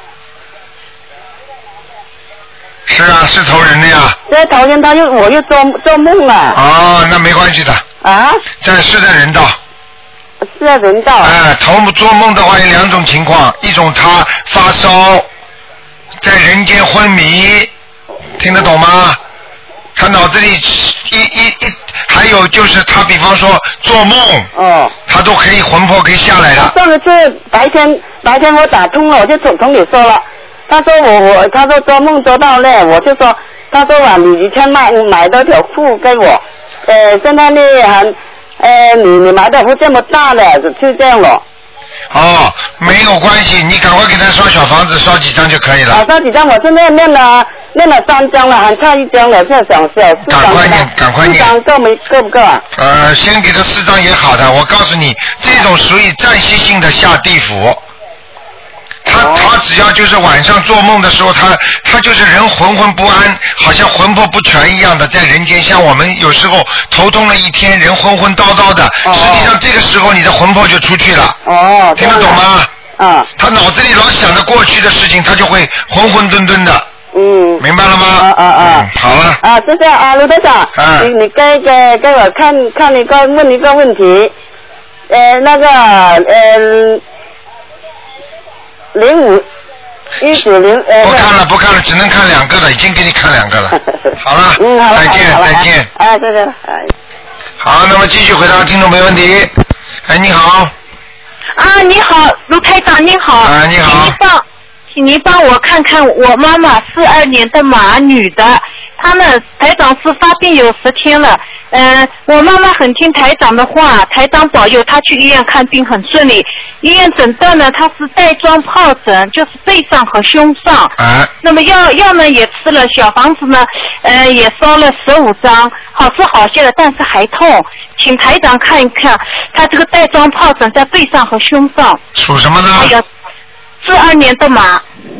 是啊，是投人的呀。 在桃园，他又我又做做梦了。 哦，那没关系的。 啊？ 在是在人道。 是在人道。 哎，头做梦的话有两种情况，一种他发烧，在人间昏迷，听得懂吗？他脑子里一一一，还有就是他，比方说做梦， 哦， 他都可以魂魄可以下来的。 上一次白天白天我打通了，我就同同你说了，他说我我他说做梦做到呢，我就说他说啊，你以前买买了条裤给我，呃，现在呢还呃你你买的裤这么大了，就这样了。 哦，没有关系，你赶快给他烧小房子，烧几张就可以了。 啊，烧几张？我现在念了念了三张了，还差一张了，现在想小四张。 赶快念，赶快念。 四张够没够不够啊？ 呃，先给他四张也好的，我告诉你，这种属于暂时性的下地府。他他只要就是晚上做梦的时候，他他就是人浑浑不安，好像魂魄不全一样的，在人间。像我们有时候头痛了一天，人昏昏叨叨的， 哦、 实际上这个时候你的魂魄就出去了。 哦， 听得懂吗？ 啊。 他脑子里老想着过去的事情，他就会浑浑沌沌的。 嗯。 明白了吗？ 啊啊啊！ 嗯、好了。 啊，谢谢啊，卢队长。啊。你你给给给我看看一个问一个问题，呃，那个呃零五。 一九零呃。 不看了，不看了，只能看两个了，已经给你看两个了。好了， 嗯，好了， 再见， 好了再见。 哎，再见。哎。 好，那么继续回答听众没问题。哎，你好。 啊，你好，卢台长，你好。 啊，你好。 请您帮，请您帮我看看我妈妈四二年的马女的，她呢，台长是发病有十天了。嗯、呃，我妈妈很听台长的话，台长保佑她去医院看病很顺利。医院诊断呢，她是带状疱疹，就是背上和胸上。 啊。 那么药药呢也吃了，小房子呢，呃也烧了十五张，好是好些了，但是还痛，请台长看一看，她这个带状疱疹在背上和胸上。 属什么呢？ 还有四二年的马。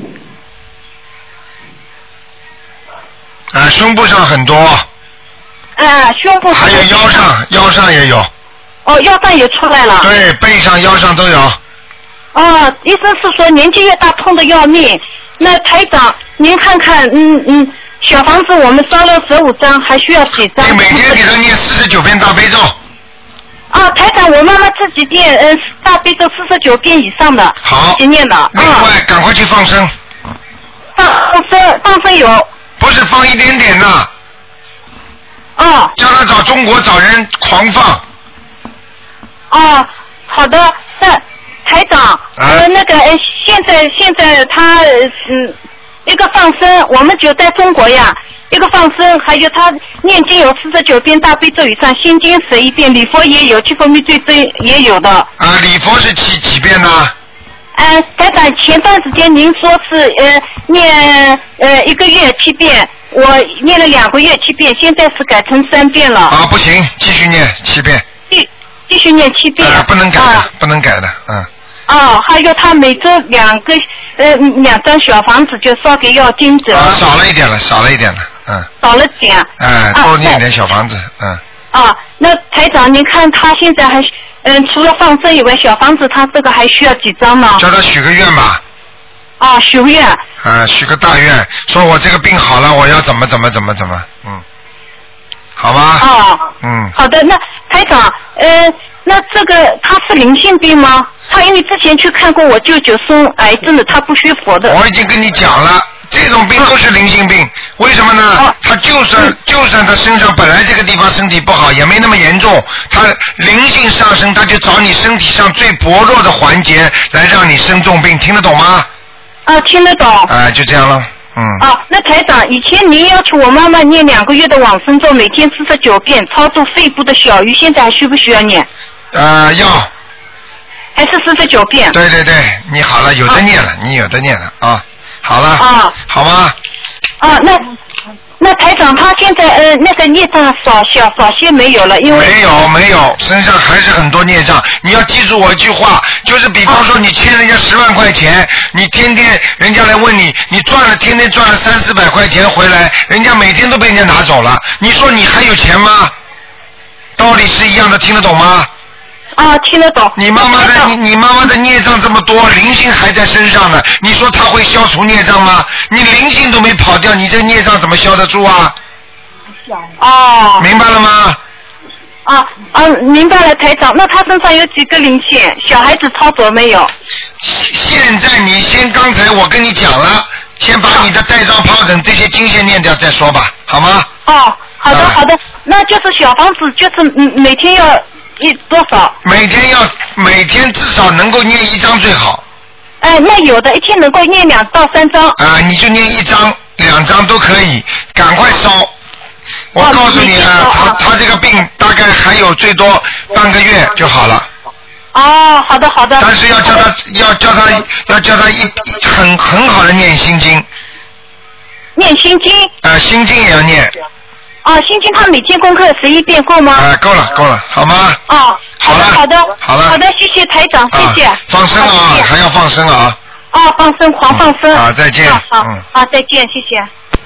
啊，胸部上很多。 啊，胸部还有腰上，腰上也有。 哦，腰上也出来了。 对，背上、腰上都有。 哦，医生是说年纪越大痛得要命。那台长，您看看，嗯嗯，小房子我们烧了十五张，还需要几张？ 你每天给他念四十九遍大悲咒。 啊，台长，我妈妈自己念，嗯、呃，大悲咒四十九遍以上的。 好。 自己念的。 另外，赶快去放生。 放生，放生有。 不是放一点点的。 哦。 叫他找中国找人狂放。 哦，好的，那台长， 啊、 呃，那个，呃，现在现在他，嗯，一个放生，我们就在中国呀，一个放生，还有他念经有四十九遍大悲咒以上，心经十一遍，礼佛也有，七佛灭罪真也有的。 啊，礼佛是几几遍呢？ 呃，台长，前段时间您说是呃念呃一个月七遍，我念了两个月七遍，现在是改成三遍了。 啊，不行，继续念七遍。 继继续念七遍。 啊，不能改的， 啊、 不能改的，嗯。 哦，还有他每周两个呃两张小房子就烧给要经者。 啊，少了一点了，少了一点了，嗯。 少了点。 哎，多念点小房子，嗯。 啊，那台长，您看他现在还嗯，除了放生以外，小房子他这个还需要几张呢？ 叫他许个愿吧。 啊，许个愿。 啊，许个大愿，说我这个病好了，我要怎么怎么怎么怎么，嗯，好吗？ 啊。 嗯。 好的，那台长，呃，那这个他是灵性病吗？他因为之前去看过我舅舅生癌症的，他不学佛的。 我已经跟你讲了。这种病都是灵性病，为什么呢？他就算就算他身上本来这个地方身体不好，也没那么严重，他灵性上升，他就找你身体上最薄弱的环节来让你生重病，听得懂吗？ 啊，听得懂。 啊，就这样了，嗯。 啊，那台长，以前您要求我妈妈念两个月的往生咒，每天四十九遍，超度肺部的小鱼，现在还需不需要念？ 呃，要。 还是四十九遍？ 对对对，你好了，有的念了，啊、你有的念了啊。好了， 啊， 好吗？ 啊，那那台长他现在呃那个孽障少小少些没有了，因为没有没有，身上还是很多孽障。你要记住我一句话，就是比方说你欠人家十万块钱，啊、你天天人家来问你，你赚了天天赚了三四百块钱回来，人家每天都被人家拿走了，你说你还有钱吗？道理是一样的，听得懂吗？ 啊，听得懂。 你妈妈的你你妈妈的孽障这么多，灵性还在身上呢，你说她会消除孽障吗？你灵性都没跑掉，你这孽障怎么消得住啊？ 哦。 明白了吗？ 啊啊，明白了，台长。那他身上有几个灵性？小孩子操作没有？ 现在你先，刚才我跟你讲了，先把你的带状疱疹这些经先念掉再说吧，好吗？ 哦，好的、啊、好的，那就是小房子，就是嗯每天要。一多少？ 每天要每天至少能够念一张最好。 哎，那有的一天能够念两到三张。 啊，你就念一张、两张都可以，赶快烧。我告诉你啊，他他这个病大概还有最多半个月就好了。 哦，好的好的。 但是要叫他要叫他要叫他一很很好的念心经。 念心经。 啊，心经也要念。 哦，心经他每天功课十一遍够吗？ 啊，够了，够了，好吗？ 哦，好的，好的， 好了， 好的，谢谢台长，谢谢。 啊、放生啊，还要放生啊。 哦，放生，狂放生。 啊，再见。 好，嗯，好，再见，谢谢。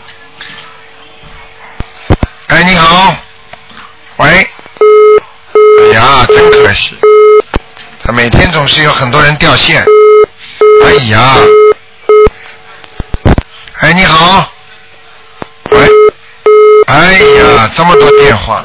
哎，你好。喂。哎呀，真可惜，他每天总是有很多人掉线。哎呀。哎，你好。喂。哎呀，这么多电话！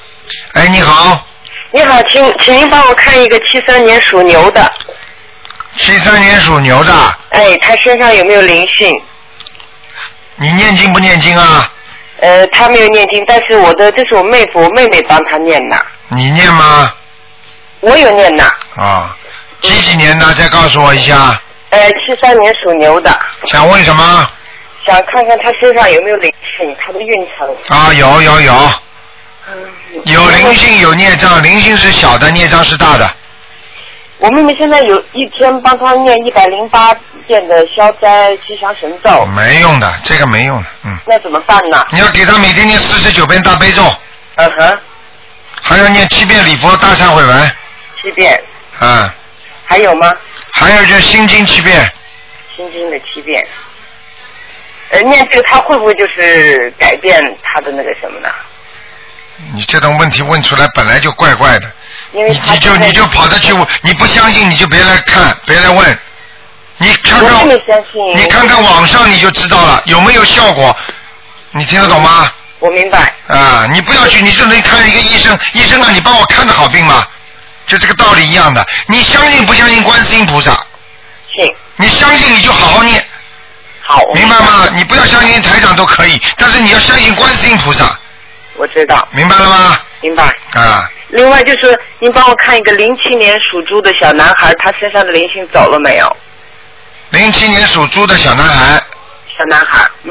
哎，你好。 你好，请请您帮我看一个七三年属牛的。 七三年属牛的。 哎，他身上有没有灵性？ 你念经不念经啊？ 呃，他没有念经，但是我的这是我妹夫，我妹妹帮他念的。 你念吗？ 我有念的。 啊，几几年的？再告诉我一下。 呃，七三年属牛的。 想问什么？ 想看看他身上有没有灵性，他的运程。 啊，有有有。 嗯。 有灵性有孽障，灵性是小的，孽障是大的。 我妹妹现在有一天帮他念一百零八遍的消灾吉祥神咒。 没用的，这个没用的，嗯。 那怎么办呢？ 你要给他每天念四十九遍大悲咒。 嗯哼。 还要念七遍礼佛大忏悔文。 七遍。 嗯。 还有吗？ 还有就是心经七遍。 心经的七遍。呃，念这个他会不会就是改变他的那个什么呢？ 你这种问题问出来本来就怪怪的。 因为你你就你就跑着去问，你不相信你就别来看，别来问。你看看，你看看网上你就知道了有没有效果，你听得懂吗？ 我明白。 啊，你不要去，你就能看一个医生，医生啊，你帮我看的好病吗？就这个道理一样的。你相信不相信观世音菩萨？ 信。 你相信你就好好念。 好。 明白吗？你不要相信台长都可以，但是你要相信观世音菩萨。 我知道。 明白了吗？ 明白。 啊。 另外就是，您帮我看一个零七年属猪的小男孩，他身上的灵性走了没有？ 零七年属猪的小男孩。 小男孩，嗯。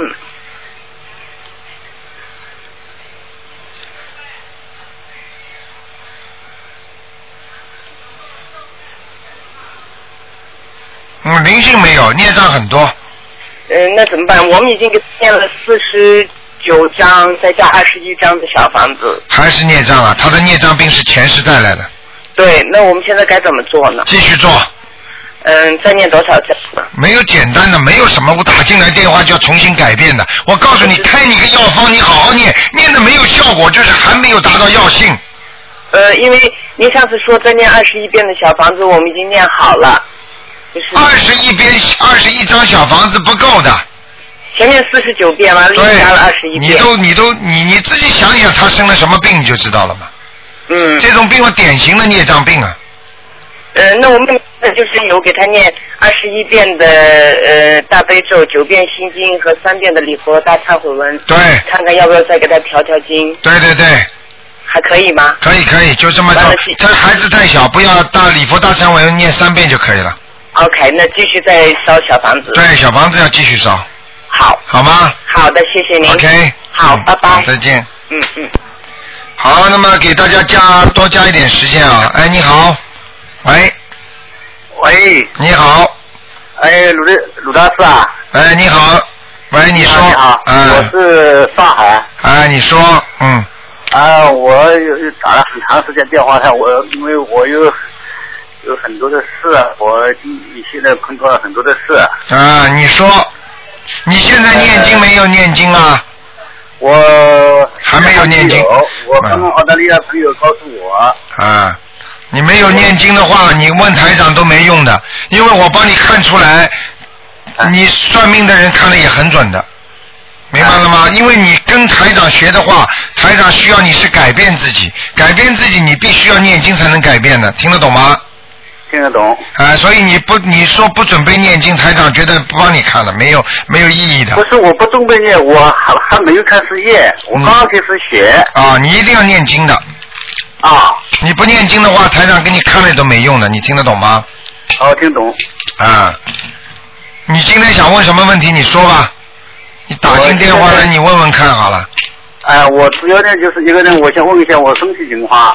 嗯，灵性没有，孽障很多。 嗯、呃，那怎么办？我们已经给念了四十九张，再加二十一张的小房子。 还是孽障啊！他的孽障病是前世带来的。 对，那我们现在该怎么做呢？ 继续做。 嗯，再念多少张？ 没有简单的，没有什么我打进来电话就要重新改变的。我告诉你，开你个药方，你好好念，念的没有效果，就是还没有达到药性。 呃，因为您上次说再念二十一遍的小房子，我们已经念好了。 二十一遍，二十一张小房子不够的。 前面四十九遍完了，又加了二十一遍。 你都你都你你自己想想，他生了什么病你就知道了嘛。 嗯。 这种病我典型的孽障病啊。 呃，那我们就是有给他念二十一遍的呃大悲咒，九遍心经和三遍的礼佛大忏悔文。 对。 看看要不要再给他调调经。 对对对。 还可以吗？ 可以可以，就这么做。他孩子太小，不要大礼佛大忏悔文念三遍就可以了。 OK， 那继续再烧小房子。 对，小房子要继续烧。 好。 好吗？ 好的，谢谢您。 OK。 好， 嗯、 拜拜。 再见。 嗯嗯。 好，那么给大家加多加一点时间啊！哎，你好，喂。 喂。 你好。 哎，鲁的鲁大师啊。 哎，你好。喂，你说。 你好。 嗯、 我是上海。 哎，你说，嗯。 啊，我有打了很长时间电话上，我因为我有有很多的事，我现在碰到了很多的事。 啊，你说，你现在念经没有念经啊？ 我还没有念经。 我刚刚澳大利亚朋友告诉我。 啊，你没有念经的话，你问台长都没用的，因为我帮你看出来，你算命的人看的也很准的。明白了吗？因为你跟台长学的话，台长需要你是改变自己，改变自己你必须要念经才能改变的，听得懂吗？ 听得懂。 啊、呃，所以你不你说不准备念经，台长觉得不帮你看了，没有没有意义的。 不是我不准备念，我还还没有开始念，我刚刚开始学。 啊、嗯，你一定要念经的。 啊。 你不念经的话，台长给你看了都没用的，你听得懂吗？ 哦，听懂。 啊，你今天想问什么问题？你说吧。你打进电话来，你问问看好了。 哎、呃，我主要呢就是一个人，我想问一下我身体情况。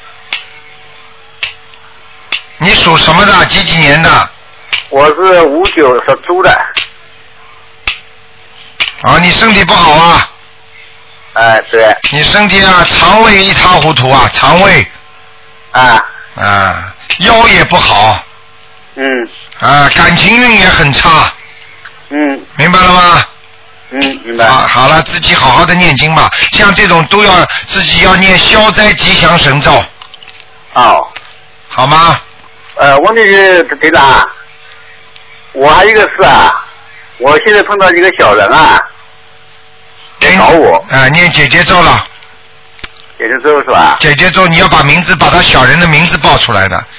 你属什么的？几几年的？ 我是五九属猪的。 啊，你身体不好啊？ 哎、呃，对。 你身体啊，肠胃一塌糊涂啊，肠胃。 啊。 啊，腰也不好。 嗯。 啊，感情运也很差。 嗯。 明白了吗？ 嗯，明白。 啊，好了，自己好好的念经吧。像这种都要自己要念消灾吉祥神咒。 哦。 好吗？ 呃，问题是队长，我还有一个事啊，我现在碰到一个小人啊，来找我。 啊、呃，念姐姐咒了。 姐姐咒是吧？ 姐姐咒，你要把名字，把他小人的名字报出来的。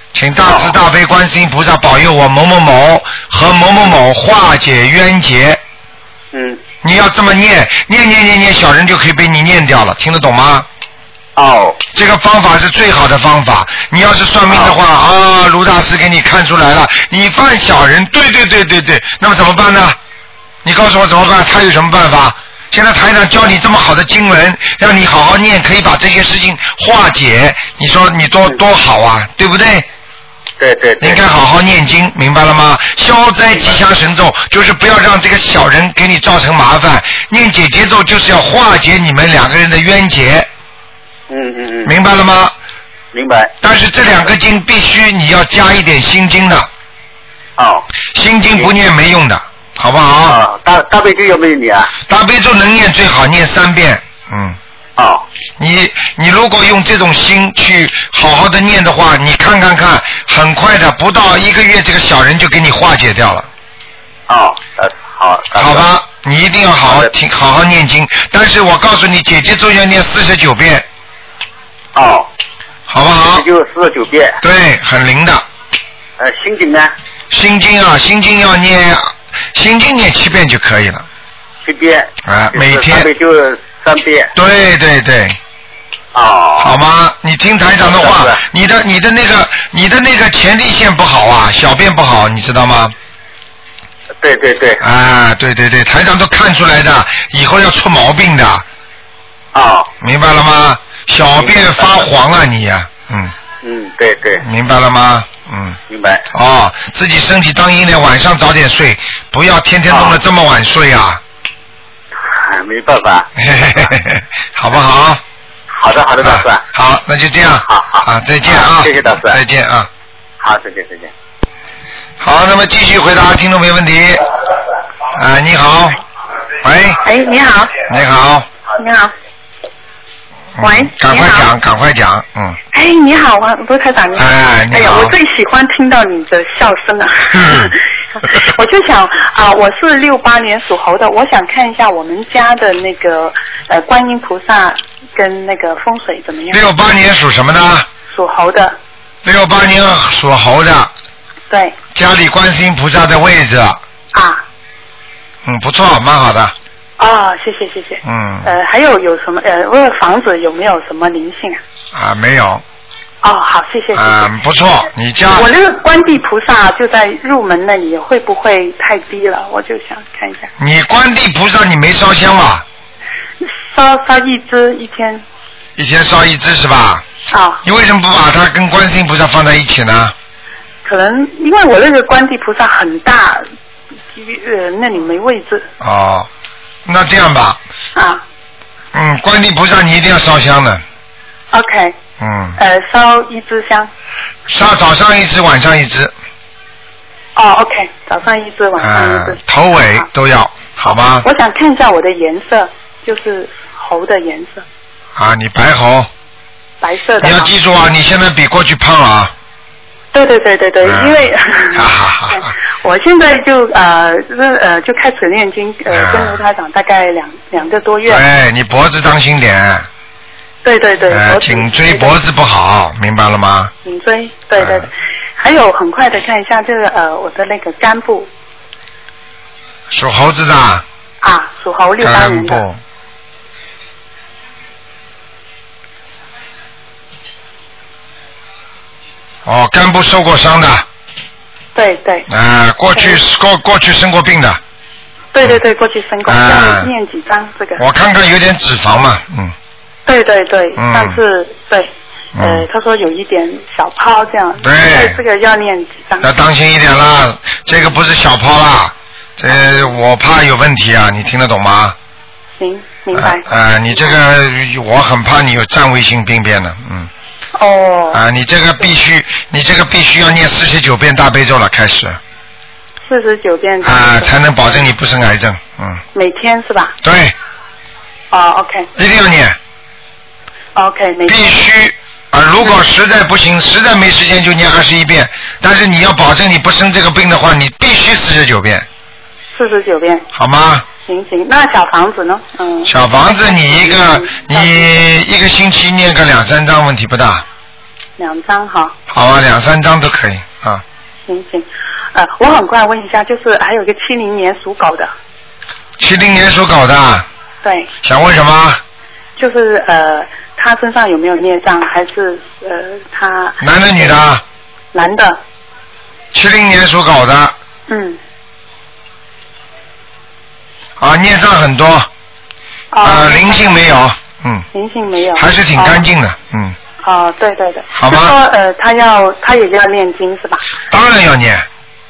请大慈大悲观世音菩萨保佑我某某某和某某某化解冤结。 嗯。 你要这么念，念念念念，小人就可以被你念掉了，听得懂吗？ 哦。 这个方法是最好的方法。你要是算命的话，啊，卢大师给你看出来了，你犯小人，对对对对对，那么怎么办呢？你告诉我怎么办？他有什么办法？现在台长教你这么好的经文，让你好好念，可以把这些事情化解。你说你多多好啊，对不对？ 对对对。 应该好好念经，明白了吗？消灾吉祥神咒就是不要让这个小人给你造成麻烦，念解结咒就是要化解你们两个人的冤结。 嗯嗯嗯。 明白了吗？ 明白。 但是这两个经必须你要加一点心经的。 哦。 心经不念没用的。好不好？ 啊，大大悲咒有没有念啊？ 大悲咒能念最好念三遍，嗯。 哦。 你你如果用这种心去好好的念的话，你看看看，很快的，不到一个月，这个小人就给你化解掉了。 哦，呃，好。 好吧，你一定要好好听，好好念经。但是我告诉你，姐姐咒要念四十九遍。 哦。 好不好？ 就四十九遍。 对，很灵的。 呃，心经呢？ 心经啊，心经要念。心经念七遍就可以了。 七遍。 啊，每天。 就三遍。 对对对。 哦。 好吗？你听台长的话，你的你的那个你的那个前列腺不好啊，小便不好，你知道吗？ 对对对。 啊，对对对，台长都看出来的，以后要出毛病的。 哦。 明白了吗？小便发黄啊你呀、啊，嗯。 嗯，对对。 明白了吗？嗯。 明白。 哦，自己身体当心点，晚上早点睡，不要天天弄得这么晚睡啊。 啊，没办法。 好不好？ 好的，好的，导师、 啊。好，那就这样。 好好。 啊，再见啊！ 谢谢导师。 再见啊！ 好，再见，再见。 好，那么继续回答听众朋友问题。啊，你好。喂。 哎，你好。 你好。 你好。喂， 赶快讲，赶快讲，嗯。 哎，你好，王卢台长，你好。 哎，你好。 哎呀，我最喜欢听到你的笑声啊。嗯、我就想啊，我是六八年属猴的，我想看一下我们家的那个呃观音菩萨跟那个风水怎么样？ 六八年属什么的？ 属猴的。 六八年属猴的。 对。 家里观世音菩萨的位置。 啊。 嗯，不错，蛮好的。 啊、哦，谢谢谢谢。 嗯。 呃，还有有什么呃，问房子有没有什么灵性啊？啊，没有。 哦，好，谢谢谢谢。 啊，不错，你家。 我那个观地菩萨就在入门那里，会不会太低了？我就想看一下。 你观地菩萨你没烧香吧？ 烧烧一支一天。 一天烧一支是吧？ 啊、哦。 你为什么不把它跟观世音菩萨放在一起呢？ 可能因为我那个观地菩萨很大，呃，那里没位置。 哦。那这样吧， 啊， 嗯，观地菩萨你一定要烧香的。 OK。 嗯。 呃，烧一支香。 烧早上一支，晚上一支。 哦 ，OK， 早上一支，晚上一支。 呃、头尾都要，好吗？ 我想看一下我的颜色，就是猴的颜色。 啊，你白猴。 白色的。 你要记住啊，你现在比过去胖啊。 对对对对对， 嗯、 因为哈哈哈我现在就呃呃就开始念经，呃跟卢台长大概两两个多月。 对，你脖子当心点。 对对对。 呃，颈椎脖子不好，明白了吗？ 颈椎，对对对。嗯、还有很快的看一下这个呃我的那个肝部。 属猴子的。 啊，属猴六八年的。 肝部。哦，肝部受过伤的。 对对。 啊、呃，过去过过去生过病的。 对对对，过去生过。要念几张这个？ 我看看有点脂肪嘛，嗯。 对对对， 嗯、 但是对，呃、嗯，他说有一点小泡这样。 对。 这个要念几张？ 要当心一点啦，这个不是小泡啦，这我怕有问题啊，你听得懂吗？ 行，明白。 呃，呃你这个我很怕你有占位性病变的，嗯。 哦。 啊，你这个必须，你这个必须要念四十九遍大悲咒了，开始。 四十九遍。 啊，才能保证你不生癌症，嗯。 每天是吧？ 对。 哦 ，OK。 一定要念。 OK， 每天。 必须啊！如果实在不行，实在没时间就念二十一遍，但是你要保证你不生这个病的话，你必须四十九遍。 四十九遍。 好吗？ 行行，那小房子呢？嗯。 小房子你一个你一个星期念个两三张问题不大。 两张哈。 好啊，两三张都可以啊。 行行，呃，我很快问一下，就是还有一个七零年属狗的。 七零年属狗的。 对。 想问什么？ 就是呃，他身上有没有孽障，还是呃他？ 男的女的？ 男的。 七零年属狗的。 嗯。 啊，孽障很多。啊、呃，灵性没有，嗯。 灵性没有。 还是挺干净的，哦、嗯。 哦，对对对。 好吧。 就说呃，他要他也要念经是吧？ 当然要念。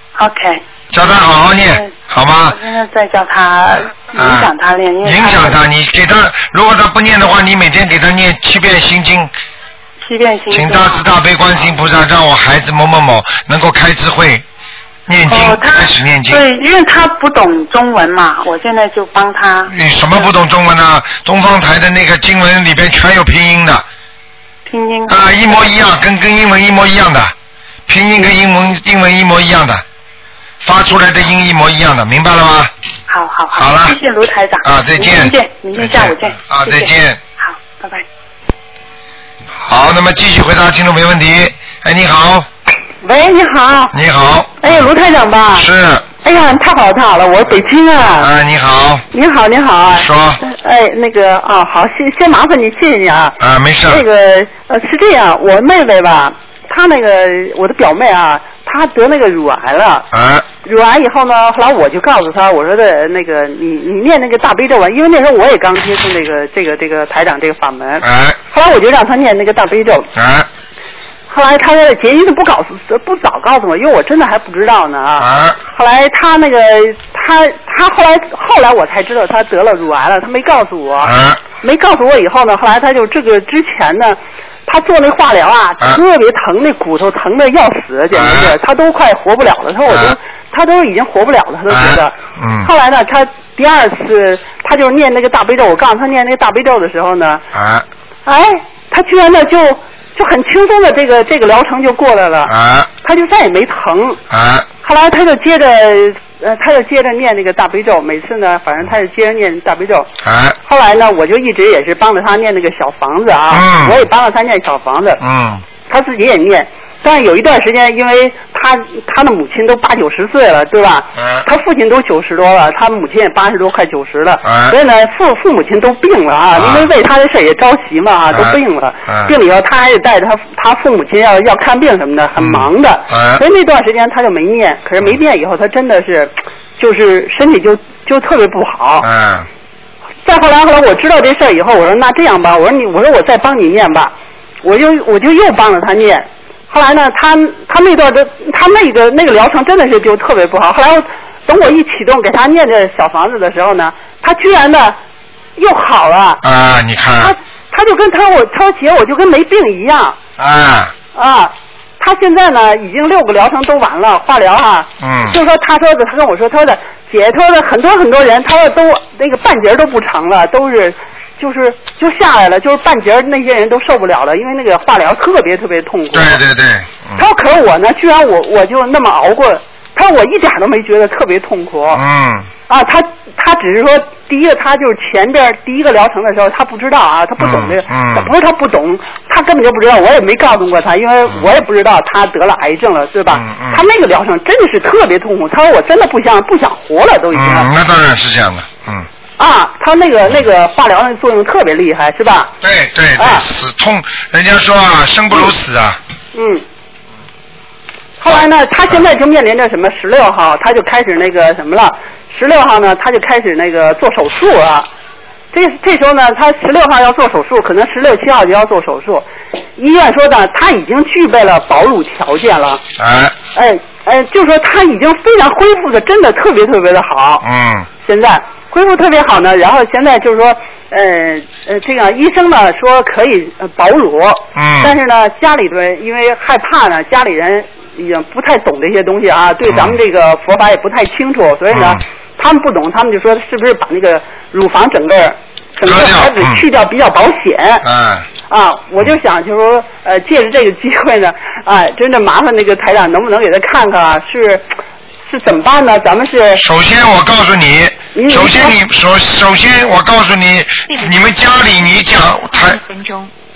OK。 叫他好好念，嗯、好吗？ 我现在在叫他影响他念，因为影响他，你给他，如果他不念的话，你每天给他念七遍心经。 七遍心经。 请大慈大悲观世音菩萨让我孩子某某某能够开智慧。念经、哦、开始念经。 对，因为他不懂中文嘛，我现在就帮他。 你什么不懂中文啊？东方台的那个经文里边全有拼音的。 拼音。 啊，一模一样，跟跟英文一模一样的，拼音跟英文英文一模一样的，发出来的音一模一样的，明白了吗？ 好好好。 好了。 谢谢卢台长。 啊，再见。 明天见，明天下午见。 啊，再见。 好，拜拜。 好，那么继续回答听众朋友问题。哎，你好。 喂，你好。 你好。 哎呀，卢台长吧？ 是。 哎呀，太好太好了，我是北京啊。 啊，你好。 你好，你好。 说。 哎，那个啊、哦，好，先先麻烦你，谢谢你啊。 啊，没事。 那个呃，是这样，我妹妹吧，她那个我的表妹啊，她得那个乳癌了。 啊。 乳癌以后呢，后来我就告诉她，我说的那个你你念那个大悲咒啊，因为那时候我也刚接触这个这个这个台长这个法门。 哎。 后来我就让她念那个大悲咒。 哎。 后来他的结局是不告诉不早告诉我，因为我真的还不知道呢啊。 啊后来他那个他他后来后来我才知道他得了乳癌了，他没告诉我。 啊没告诉我以后呢，后来他就这个之前呢，他做那化疗啊， 啊特别疼，那骨头疼的要死，简直是，他都快活不了了。他说我都、啊、他都已经活不了了，他都觉得。 啊、嗯。 后来呢，他第二次他就念那个大悲咒，我告诉他念那个大悲咒的时候呢， 啊， 哎，他居然呢就。就很轻松的这个这个疗程就过来了， 啊， 他就再也没疼， 啊， 后来他就接着呃他就接着念那个大悲咒，每次呢反正他就接着念大悲咒， 啊， 后来呢我就一直也是帮着他念那个小房子啊， 嗯， 我也帮着他念小房子， 嗯， 他自己也念。但是有一段时间，因为他他的母亲都八九十岁了，对吧？ 嗯。 他父亲都九十多了，他母亲也八十多，快九十了。 嗯。 所以呢，父父母亲都病了啊，因为为他的事也着急嘛啊，都病了。 嗯。 病了以后，他还得带着他他父母亲要要看病什么的，很忙的。 嗯。 所以那段时间他就没念，可是没念以后，他真的是，就是身体就就特别不好。 嗯。 再后来后来我知道这事儿以后，我说那这样吧，我说你我说我再帮你念吧，我就我就又帮着他念。后来呢，他他那段的他那个那个疗程真的是就特别不好。后来等我一启动给他念这小房子的时候呢，他居然呢又好了。 啊，你看。 他他就跟他说我他说姐我就跟没病一样。 啊。 啊，他现在呢已经六个疗程都完了，化疗啊。 嗯。 就说他说的，他跟我说他说的姐，他说的很多很多人，他说都那个半截都不成了，都是。就是就下来了，就是半截那些人都受不了了，因为那个化疗特别特别痛苦。 对对对。 嗯、他说：“可是我呢，居然我我就那么熬过，他说我一点都没觉得特别痛苦。” 嗯。 啊，他他只是说，第一个他就是前边第一个疗程的时候，他不知道啊，他不懂这个， 嗯嗯、 不是他不懂，他根本就不知道，我也没告诉过他，因为我也不知道他得了癌症了，对吧？ 嗯嗯、 他那个疗程真的是特别痛苦，他说我真的不想不想活了都已经。 嗯，那当然是这样的，嗯。 啊，他那个那个化疗的作用特别厉害，是吧？ 对对对，啊、死痛，人家说啊，生不如死啊。 嗯。后来呢，他现在就面临着什么？十六号他就开始那个什么了？十六号呢，他就开始那个做手术了。这这时候呢，他十六号要做手术，可能十六七号就要做手术。医院说呢，他已经具备了保乳条件了。 哎。 哎哎，就说他已经非常恢复的，真的特别特别的好。 嗯。 现在恢复特别好呢，然后现在就是说，呃呃，这个医生呢说可以保乳。 嗯。 但是呢，家里的因为害怕呢，家里人也不太懂这些东西啊，对咱们这个佛法也不太清楚，所以呢。嗯他们不懂，他们就说是不是把那个乳房整个整个孩子去掉比较保险？ 嗯。 啊，我就想就是说，呃，借着这个机会呢，啊，真的麻烦那个台长，能不能给他看看啊？是是怎么办呢？咱们是首先我告诉你，首先你首首先我告诉你，你们家里你讲他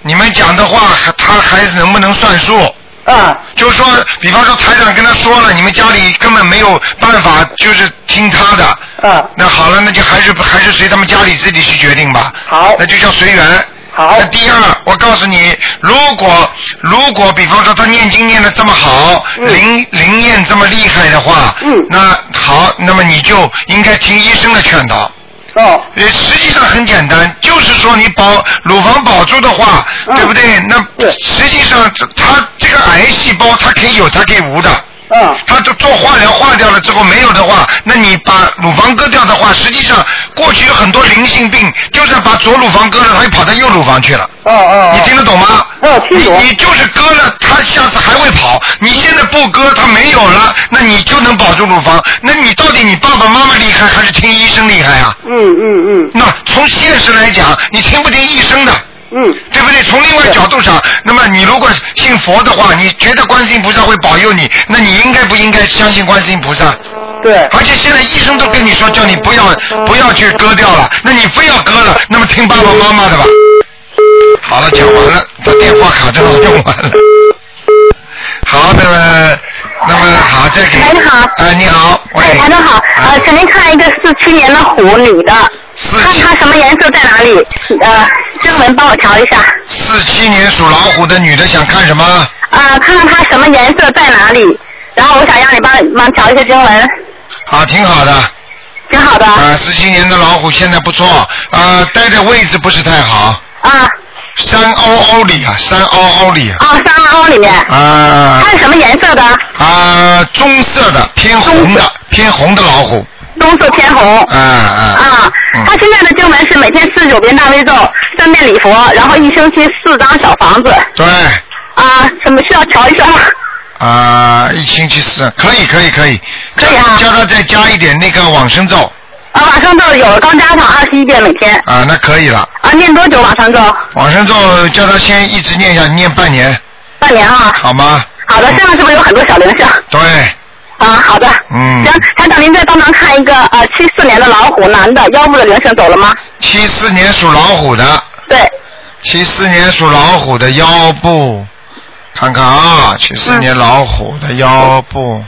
你们讲的话，他还能不能算数？ 啊， 就是说，比方说台长跟他说了，你们家里根本没有办法，就是听他的。 啊。 那好了，那就还是还是随他们家里自己去决定吧。 好。 那就叫随缘。 好。 那第二，我告诉你，如果如果比方说他念经念的这么好， 嗯、 灵灵验这么厉害的话， 嗯， 那好，那么你就应该听医生的劝导。 哦， 呃，实际上很简单，就是说你保乳房保住的话， 嗯、 对不对？那实际上它这个癌细胞它可以有，它可以无的。 嗯。 它就做化疗化掉了之后没有的话，那你把乳房割掉的话，实际上过去有很多灵性病，就算把左乳房割了，它又跑到右乳房去了。 哦哦。 你听得懂吗？ 哦，听懂。 你你就是割了，它下次还会跑。你现在不割，它没有了，那你就能保住乳房。那你到底你爸爸妈妈厉害，还是听医生厉害啊？ 嗯嗯嗯。 那从现实来讲，你听不听医生的？ 嗯， 对不对？从另外角度上，那么你如果信佛的话，你觉得观世音菩萨会保佑你，那你应该不应该相信观世音菩萨？ 对。 而且现在医生都跟你说，叫你不要不要去割掉了，那你非要割了，那么听爸爸妈妈的吧。好了，讲完了，他电话卡正好用完了。好，那么那么好，再给。 哎，你好。 哎，你好，喂。 哎，台长好，呃，请您看一个四七年的虎女的，看她什么颜色在哪里？呃，经文帮我调一下。 四七年属老虎的女的想看什么？ 啊，看看她什么颜色在哪里，然后我想让你帮忙调一下经文。 好，挺好的。 挺好的。 啊，四七年的老虎现在不错，啊，待的位置不是太好。 啊。 山凹凹里啊，山凹凹里啊。 啊，山凹里面。 啊。 它是什么颜色的？ 啊，棕色的，偏红的，偏红的老虎。 棕色偏红。 啊啊。 啊，他现在的经文是每天四十九遍大悲咒，三遍礼佛，然后一星期四张小房子。 对。 啊，怎么需要调一下吗？ 啊，一星期四，可以可以可以。 可以啊。 叫他再加一点那个往生咒。 啊，往生咒有了，刚加上二十一遍每天。 啊，那可以了。 啊，念多久往生咒？ 往生咒叫他先一直念下，念半年。 半年啊。 好吗？ 好的，身上是不是有很多小灵性？ 对。 啊，好的。 嗯。 行，台长，您再帮忙看一个呃七四年的老虎男的腰部的灵性走了吗？ 七四年属老虎的。 对。 七四年属老虎的腰部，看看啊，七四年老虎的腰部。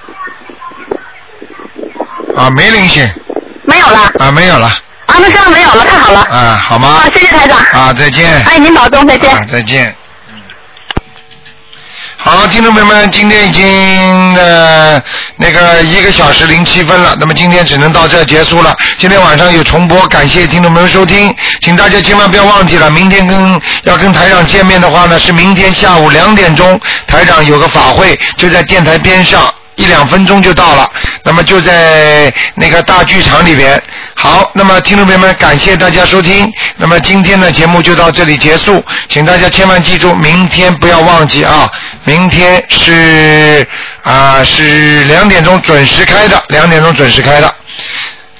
嗯、啊，没灵性。 没有了。 啊，没有了。 啊，那身上没有了，太好了。 啊，好吗？ 啊，谢谢台长。 啊，再见。 哎，您保重，再见。 啊，再见。好，听众朋友们，今天已经呃那个一个小时零七分了，那么今天只能到这结束了。今天晚上有重播，感谢听众朋友收听，请大家千万不要忘记了，明天跟要跟台长见面的话呢，是明天下午两点钟，台长有个法会，就在电台边上。一两分钟就到了，那么就在那个大剧场里边。好，那么听众朋友们，感谢大家收听。那么今天的节目就到这里结束，请大家千万记住，明天不要忘记啊！明天是啊、呃、是两点钟准时开的，两点钟准时开的。